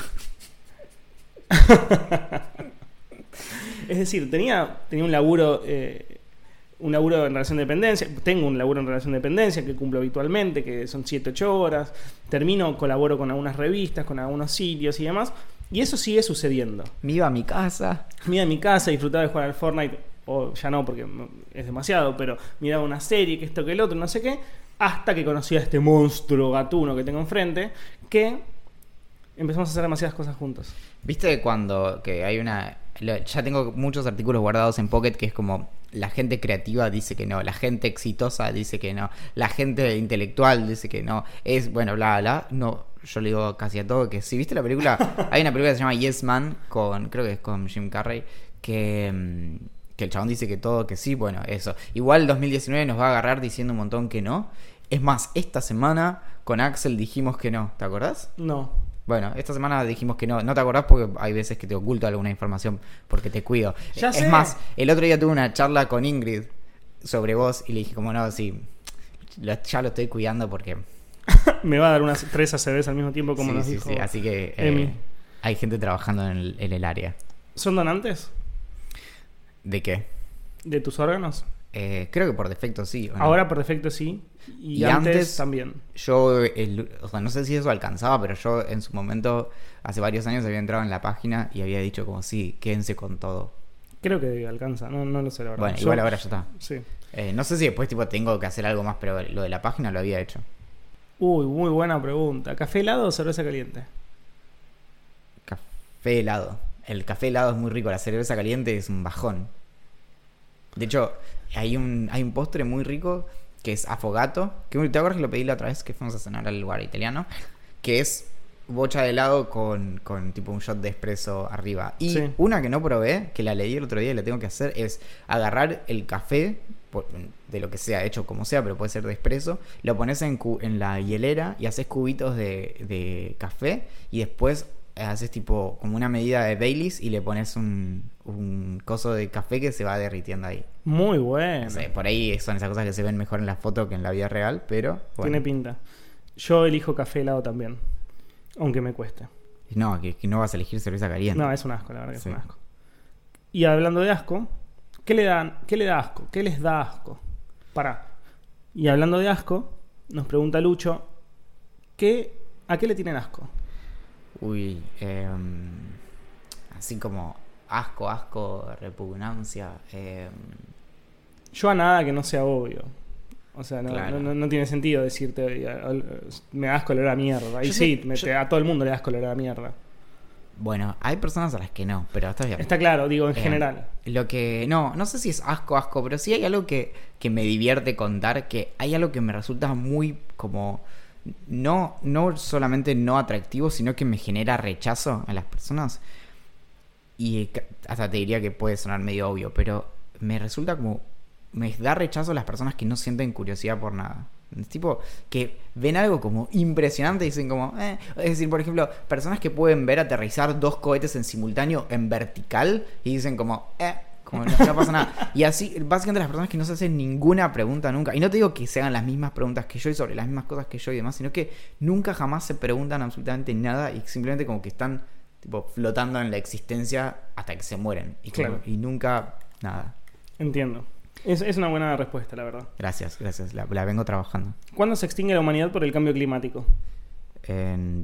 Es decir, tenía un laburo en relación de dependencia. Tengo un laburo en relación de dependencia que cumplo habitualmente, que son 7-8 horas. Colaboro con algunas revistas, con algunos sitios y demás. Y eso sigue sucediendo. Me iba a mi casa, disfrutaba de jugar al Fortnite. O ya no, porque es demasiado, pero miraba una serie, que esto, que el otro, no sé qué, hasta que conocí a este monstruo gatuno que tengo enfrente, que empezamos a hacer demasiadas cosas juntos. ¿Viste cuando que hay una... Ya tengo muchos artículos guardados en Pocket que es como la gente creativa dice que no, la gente exitosa dice que no, la gente intelectual dice que no, es, bueno, bla, bla, no, yo le digo casi a todo que sí. ¿Viste la película? Hay una película que se llama Yes Man, creo que es con Jim Carrey, que el chabón dice que todo, que sí, bueno, eso. Igual el 2019 nos va a agarrar diciendo un montón que no. Es más, esta semana con Axel dijimos que no, ¿te acordás? No. Bueno, esta semana dijimos que no. No te acordás porque hay veces que te oculto alguna información porque te cuido. Ya sé. Es más, el otro día tuve una charla con Ingrid sobre vos y le dije como no, sí, ya lo estoy cuidando porque... Me va a dar unas 3 ACVs al mismo tiempo como nos dijo. Sí, así que hay gente trabajando en el área. ¿Son donantes? ¿De qué? ¿De tus órganos? Creo que por defecto sí. ¿No? Ahora por defecto sí. Y antes también. Yo, no sé si eso alcanzaba, pero yo en su momento, hace varios años, había entrado en la página y había dicho como sí, quédense con todo. Creo que alcanza, no lo sé la verdad. Bueno, igual ahora ya está. Sí. No sé si después tengo que hacer algo más, pero lo de la página lo había hecho. Uy, muy buena pregunta. ¿Café helado o cerveza caliente? Café helado. El café helado es muy rico, la cerveza caliente es un bajón. De hecho, hay un postre muy rico que es affogato, que te acuerdas que lo pedí la otra vez que fuimos a cenar al lugar italiano, que es bocha de helado con tipo un shot de espresso arriba. Y una que no probé, que la leí el otro día y la tengo que hacer, es agarrar el café de lo que sea, hecho como sea, pero puede ser de espresso. Lo pones en la hielera y haces cubitos de café y después haces tipo como una medida de Baileys y le pones un coso de café que se va derritiendo ahí. Muy bueno. No sé, por ahí son esas cosas que se ven mejor en la foto que en la vida real, pero bueno. Tiene pinta. Yo elijo café helado también, aunque me cueste. No, que no vas a elegir cerveza caliente. No, es un asco, la verdad que Sí. es un asco. Y hablando de asco, ¿qué le da asco? ¿Qué les da asco? Pará. Y hablando de asco, nos pregunta Lucho, ¿a qué le tienen asco? Uy, así como asco, repugnancia. Yo a nada que no sea obvio. O sea, Claro. no tiene sentido decirte me da asco el olor a mierda. Y Yo sí, sé- a todo el mundo le da asco el olor a mierda. Bueno, hay personas a las que no, pero está bien. Está claro, digo, en general. Lo que... No sé si es asco, pero sí hay algo que me divierte contar, que hay algo que me resulta muy como... No solamente no atractivo, sino que me genera rechazo a las personas. Y hasta te diría que puede sonar medio obvio, pero me resulta como... Me da rechazo a las personas que no sienten curiosidad por nada. Es tipo, que ven algo como impresionante y dicen como... Es decir, por ejemplo, personas que pueden ver aterrizar 2 cohetes en simultáneo en vertical y dicen como no pasa nada. Y así, básicamente las personas que no se hacen ninguna pregunta nunca. Y no te digo que se hagan las mismas preguntas que yo y sobre las mismas cosas que yo y demás, sino que nunca jamás se preguntan absolutamente nada y simplemente como que están tipo flotando en la existencia hasta que se mueren. Y, Claro. y nunca nada. Entiendo. Es una buena respuesta, la verdad. Gracias. La vengo trabajando. ¿Cuándo se extingue la humanidad por el cambio climático? En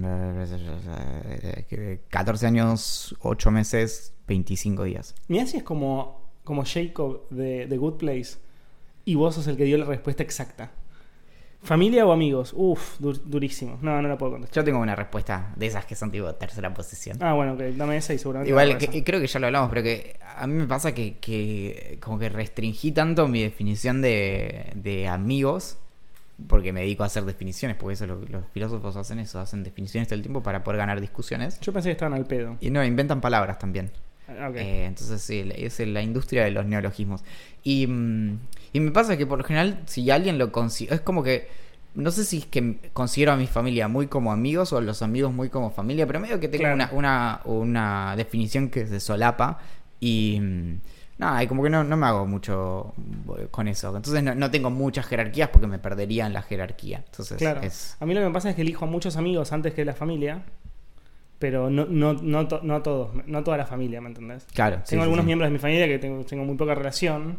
14 años, 8 meses, 25 días. Mirá si es como Jacob de The Good Place y vos sos el que dio la respuesta exacta. ¿Familia o amigos? Uf, durísimo. No la puedo contestar. Yo tengo una respuesta de esas que son tipo tercera posición. Ah, bueno, ok, dame esa y seguramente... Igual, agarro esa. creo que ya lo hablamos, pero que a mí me pasa que como que restringí tanto mi definición de amigos, porque me dedico a hacer definiciones, porque eso los filósofos hacen eso, hacen definiciones todo el tiempo para poder ganar discusiones. Yo pensé que estaban al pedo. Y no, inventan palabras también. Ah, ok. Entonces sí, es la industria de los neologismos. Y me pasa que por lo general, si alguien lo considera, es como que, no sé si es que considero a mi familia muy como amigos o a los amigos muy como familia, pero medio que tengo Claro. una definición que se solapa y nada, y como que no me hago mucho con eso. Entonces no tengo muchas jerarquías porque me perdería en la jerarquía. Entonces Claro. A mí lo que me pasa es que elijo a muchos amigos antes que la familia, pero no todos, no toda la familia, ¿me entendés? Claro, sí, Tengo sí, algunos sí. miembros de mi familia que tengo muy poca relación,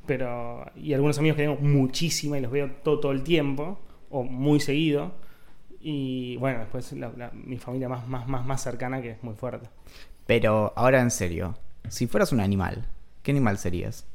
y algunos amigos que tengo muchísima y los veo todo el tiempo, o muy seguido. Y bueno, después mi familia más cercana, que es muy fuerte. Pero ahora en serio, si fueras un animal, ¿qué animal serías?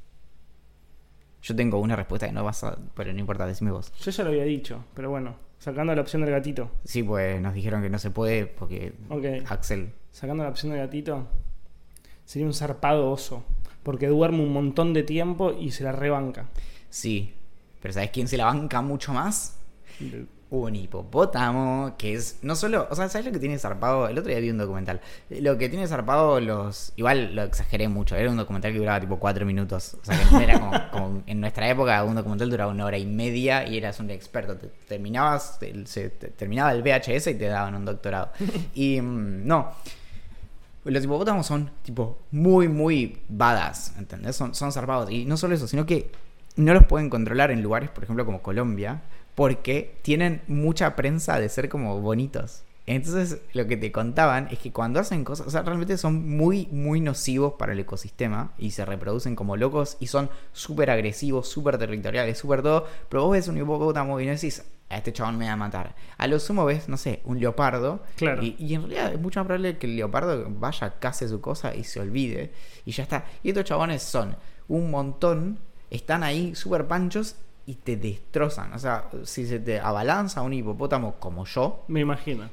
Yo tengo una respuesta que no vas a... Pero no importa, decime vos. Yo ya lo había dicho, pero bueno, sacando la opción del gatito. Sí, pues nos dijeron que no se puede porque Ok. Axel... Sacando la opción del gatito, sería un zarpado oso, porque duerme un montón de tiempo y se la rebanca. Sí, pero ¿sabes quién se la banca mucho más? Un hipopótamo, que es no solo... O sea, ¿sabes lo que tiene zarpado? El otro día vi un documental. Lo que tiene zarpado Igual lo exageré mucho. Era un documental que duraba tipo 4 minutos. O sea, que no era como en nuestra época un documental duraba 1 hora y media y eras un experto. Terminaba el VHS y te daban un doctorado. Y no... Los hipopótamos son tipo muy badass, ¿entendés? Son zarpados. Y no solo eso, sino que no los pueden controlar en lugares, por ejemplo, como Colombia, porque tienen mucha prensa de ser como bonitos. Entonces, lo que te contaban es que cuando hacen cosas, o sea, realmente son muy nocivos para el ecosistema y se reproducen como locos y son súper agresivos, súper territoriales, súper todo. Pero vos ves un hipopótamo y no decís, a este chabón me va a matar. A lo sumo ves, no sé, un leopardo. Claro. Y en realidad es mucho más probable que el leopardo vaya, case su cosa y se olvide. Y ya está. Y estos chabones son un montón, están ahí súper panchos y te destrozan. O sea, si se te abalanza un hipopótamo como yo, Me imagino.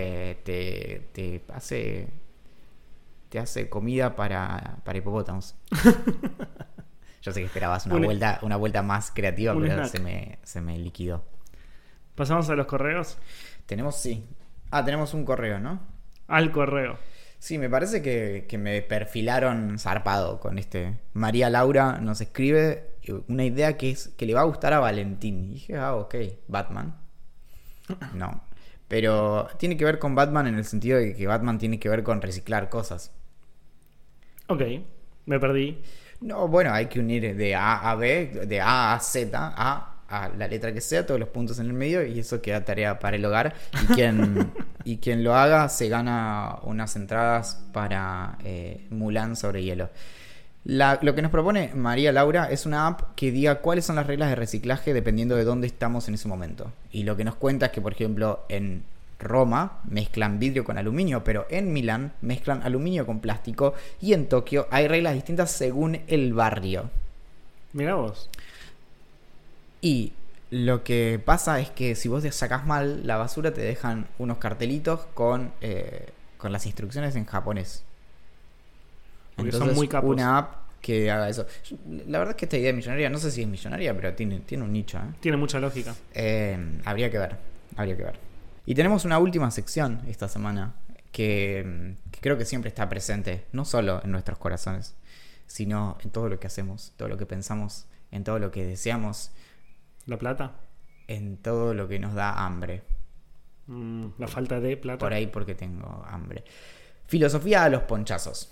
te hace comida para hipopótamos. Yo sé que esperabas una vuelta más creativa, un pero snack. se me liquidó. ¿Pasamos a los correos? Tenemos un correo, ¿no? Al correo. Sí, me parece que me perfilaron zarpado con este. María Laura nos escribe una idea que le va a gustar a Valentín. Y dije, ok, Batman. No. Pero tiene que ver con Batman en el sentido de que Batman tiene que ver con reciclar cosas. Ok, me perdí. No, bueno, hay que unir de A a B, de A a Z, a la letra que sea, todos los puntos en el medio, y eso queda tarea para el hogar. Y quien lo haga se gana unas entradas para Mulan sobre hielo. Lo que nos propone María Laura es una app que diga cuáles son las reglas de reciclaje dependiendo de dónde estamos en ese momento. Y lo que nos cuenta es que, por ejemplo, en Roma mezclan vidrio con aluminio, pero en Milán mezclan aluminio con plástico, y en Tokio hay reglas distintas según el barrio. Mirá vos. Y lo que pasa es que si vos te sacás mal la basura, te dejan unos cartelitos con las instrucciones en japonés. Porque Entonces, son muy capos. una app que haga eso. La verdad es que esta idea es millonaria. No sé si es millonaria, pero tiene un nicho. Tiene mucha lógica. Habría que ver. Y tenemos una última sección esta semana que creo que siempre está presente, no solo en nuestros corazones, sino en todo lo que hacemos, todo lo que pensamos, en todo lo que deseamos, ¿La plata? en todo lo que nos da hambre. La falta de plata. Por ahí porque tengo hambre. Filosofía a los ponchazos.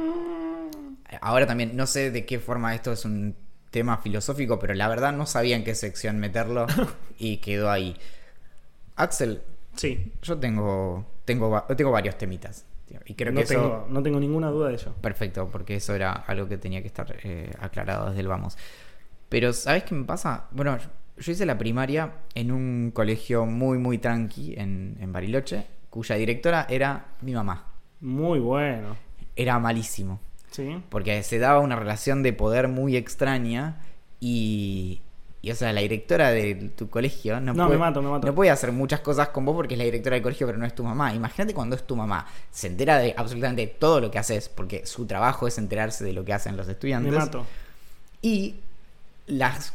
Ahora también, no sé de qué forma esto es un tema filosófico, pero la verdad no sabía en qué sección meterlo y quedó ahí. Axel, Sí. yo tengo varios temitas. Y creo No que eso... no tengo ninguna duda de ello. Perfecto, porque eso era algo que tenía que estar aclarado desde el vamos. Pero ¿sabes qué me pasa? Bueno, yo hice la primaria en un colegio muy, muy tranqui en Bariloche, cuya directora era mi mamá. Muy bueno. Era malísimo, Sí. porque se daba una relación de poder muy extraña y o sea, la directora de tu colegio Me mato. no puede hacer muchas cosas con vos porque es la directora del colegio, pero no es tu mamá. Imagínate cuando es tu mamá, se entera de absolutamente todo lo que haces, porque su trabajo es enterarse de lo que hacen los estudiantes. Me mato. Y las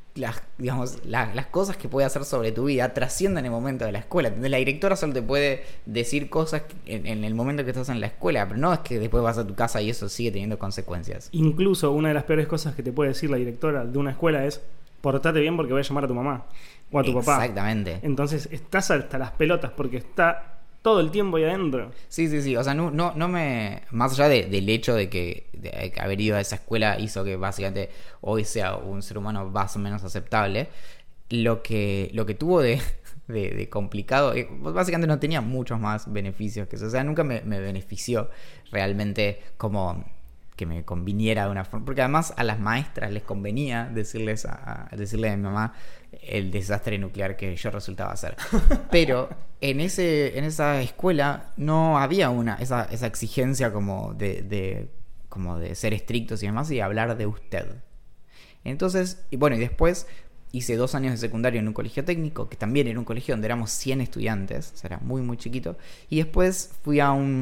cosas que puede hacer sobre tu vida trascienden el momento de la escuela. ¿Entendés? La directora solo te puede decir cosas en el momento que estás en la escuela, pero no es que después vas a tu casa y eso sigue teniendo consecuencias. Incluso una de las peores cosas que te puede decir la directora de una escuela es: portate bien porque voy a llamar a tu mamá o a tu papá. Exactamente. Entonces estás hasta las pelotas porque está todo el tiempo ahí adentro. Sí. O sea, no me... Más allá del hecho de que haber ido a esa escuela hizo que básicamente hoy sea un ser humano más o menos aceptable, lo que tuvo de complicado, básicamente no tenía muchos más beneficios que eso. O sea, nunca me benefició realmente como que me conviniera de una forma, porque además a las maestras les convenía decirle a mi mamá el desastre nuclear que yo resultaba ser. Pero en esa escuela no había esa exigencia como de ser estrictos y demás, y hablar de usted. Entonces, y después hice 2 años de secundario en un colegio técnico, que también era un colegio donde éramos 100 estudiantes, o sea, era muy muy chiquito, y después fui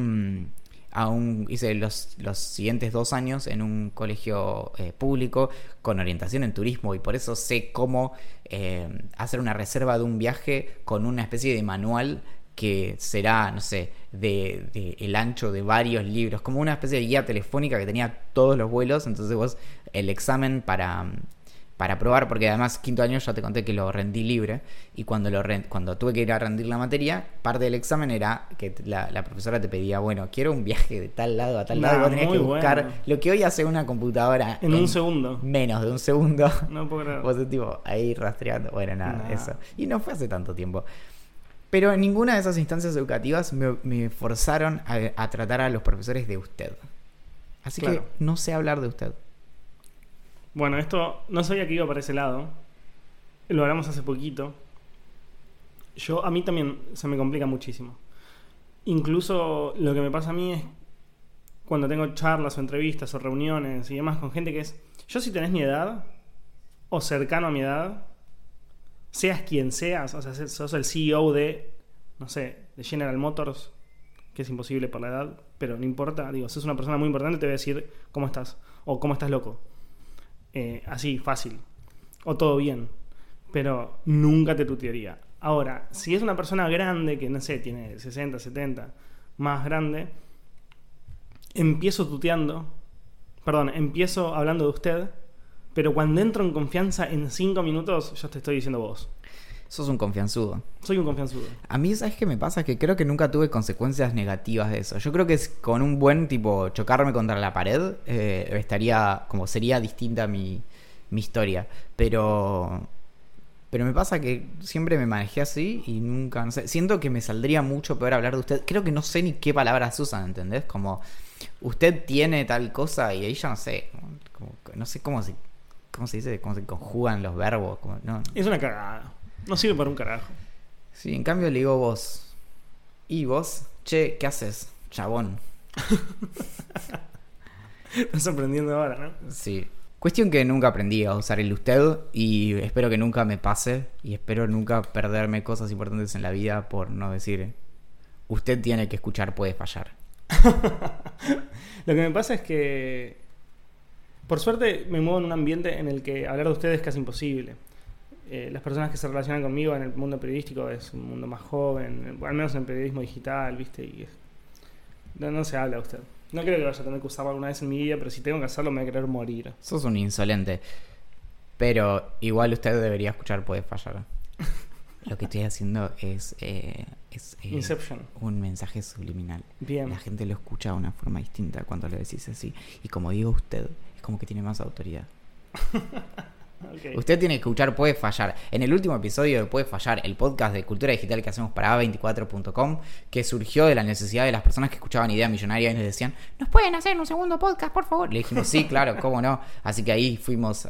hice los siguientes 2 años en un colegio público con orientación en turismo, y por eso sé cómo hacer una reserva de un viaje con una especie de manual que será, no sé, de el ancho de varios libros, como una especie de guía telefónica que tenía todos los vuelos. Entonces vos, el examen para probar, porque además 5º año ya te conté que lo rendí libre, y cuando tuve que ir a rendir la materia, parte del examen era que la profesora te pedía, bueno, quiero un viaje de tal lado a tal lado, y vos tenías que buscar lo que hoy hace una computadora en un segundo. Menos de un segundo. No puedo creer. Vos tipo ahí rastreando, eso. Y no fue hace tanto tiempo. Pero en ninguna de esas instancias educativas me forzaron a tratar a los profesores de usted. Así que no sé hablar de usted. Bueno, esto no sabía que iba para ese lado. Lo hablamos hace poquito. A mí también se me complica muchísimo. Incluso lo que me pasa a mí es cuando tengo charlas o entrevistas o reuniones y demás con gente que es... Yo, si tenés mi edad o cercano a mi edad, seas quien seas, o sea, sos el CEO de, no sé, de General Motors, que es imposible por la edad, pero no importa, digo, sos una persona muy importante, te voy a decir cómo estás, o cómo estás, loco. Así, fácil. O todo bien. Pero nunca te tutearía. Ahora, si es una persona grande, que no sé, tiene 60, 70, más grande, empiezo hablando de usted, Pero cuando entro en confianza en 5 minutos, yo te estoy diciendo vos. Sos un confianzudo. Soy un confianzudo. A mí, ¿sabes qué me pasa? Que creo que nunca tuve consecuencias negativas de eso. Yo creo que es con un buen tipo chocarme contra la pared, sería distinta mi historia. Pero me pasa que siempre me manejé así y nunca, no sé, siento que me saldría mucho peor hablar de usted. Creo que no sé ni qué palabras usan, ¿entendés? Como, usted tiene tal cosa y ahí ya no sé. No sé cómo se dice, cómo se conjugan los verbos. No. Es una cagada. No sirve para un carajo. Sí, en cambio le digo vos. ¿Y vos? Che, ¿qué haces? Chabón. Estás aprendiendo ahora, ¿no? Sí. Cuestión que nunca aprendí a usar el usted y espero que nunca me pase y espero nunca perderme cosas importantes en la vida por no decir usted tiene que escuchar, puede fallar. Lo que me pasa es que por suerte me muevo en un ambiente en el que hablar de ustedes es casi imposible. Las personas que se relacionan conmigo en el mundo periodístico es un mundo más joven, al menos en el periodismo digital, ¿viste? Y no se habla de usted. No creo que vaya a tener que usarlo alguna vez en mi vida, pero si tengo que hacerlo me voy a querer morir. Sos un insolente. Pero igual usted debería escuchar, puede fallar. Lo que estoy haciendo es Inception. Un mensaje subliminal. Bien. La gente lo escucha de una forma distinta cuando lo decís así. Y como digo usted, es como que tiene más autoridad. Okay. Usted tiene que escuchar Puede Fallar. En el último episodio de Puede Fallar, el podcast de cultura digital que hacemos para A24.com, que surgió de la necesidad de las personas que escuchaban Idea Millonaria y nos decían, ¿nos pueden hacer un segundo podcast, por favor? Le dijimos, sí, claro, cómo no. Así que ahí fuimos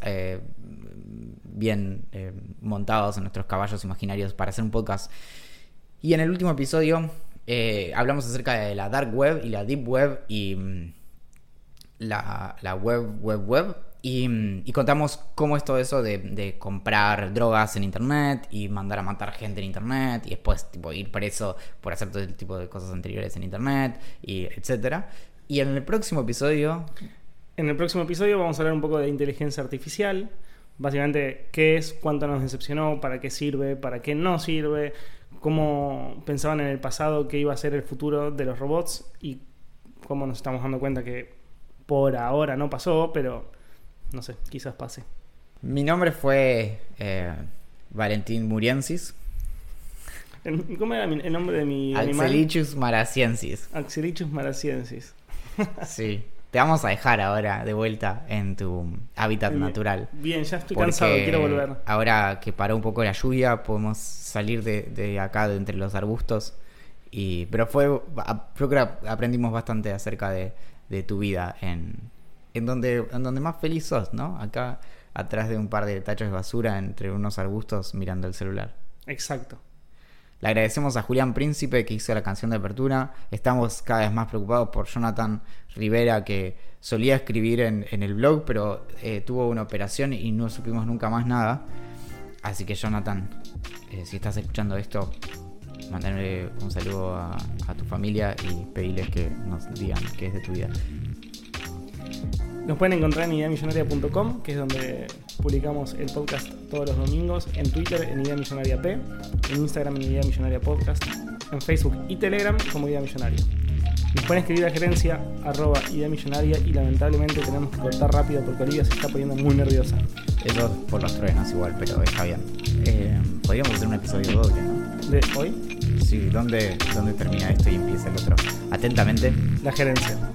bien montados en nuestros caballos imaginarios para hacer un podcast. Y en el último episodio hablamos acerca de la dark web y la deep web y la web. Y contamos cómo es todo eso de comprar drogas en internet y mandar a matar gente en internet y después tipo ir preso por hacer todo el tipo de cosas anteriores en internet y etcétera. Y en el próximo episodio vamos a hablar un poco de inteligencia artificial. Básicamente qué es, cuánto nos decepcionó, para qué sirve, para qué no sirve, cómo pensaban en el pasado que iba a ser el futuro de los robots y cómo nos estamos dando cuenta que por ahora no pasó, pero no sé, quizás pase. Mi nombre fue Valentín Muriensis. ¿Cómo era el nombre de mi animal? Axelichus marasiensis. Axelichus marasiensis. Sí. Te vamos a dejar ahora de vuelta en tu hábitat natural. Bien, ya estoy cansado, quiero volver. Ahora que paró un poco la lluvia, podemos salir de acá, de entre los arbustos. Pero yo creo que aprendimos bastante acerca de tu vida en donde más feliz sos, ¿no? Acá, atrás de un par de tachos de basura, entre unos arbustos, mirando el celular. Exacto. Le agradecemos a Julián Príncipe, que hizo la canción de apertura. Estamos cada vez más preocupados por Jonathan Rivera, que solía escribir en el blog, pero tuvo una operación y no supimos nunca más nada. Así que, Jonathan, si estás escuchando esto, mandale un saludo a tu familia y pedirles que nos digan qué es de tu vida. Nos pueden encontrar en ideamillonaria.com, que es donde publicamos el podcast todos los domingos, en Twitter en Idea Millonaria P, en Instagram en Idea Millonaria Podcast, en Facebook y Telegram como Idea Millonaria. Nos pueden escribir a gerencia @Idea Millonaria y lamentablemente tenemos que cortar rápido porque Olivia se está poniendo muy nerviosa. Eso por los truenos igual, pero está bien. Podríamos hacer un episodio doble, ¿no? ¿De hoy? Sí, ¿dónde termina esto y empieza el otro? Atentamente, la gerencia.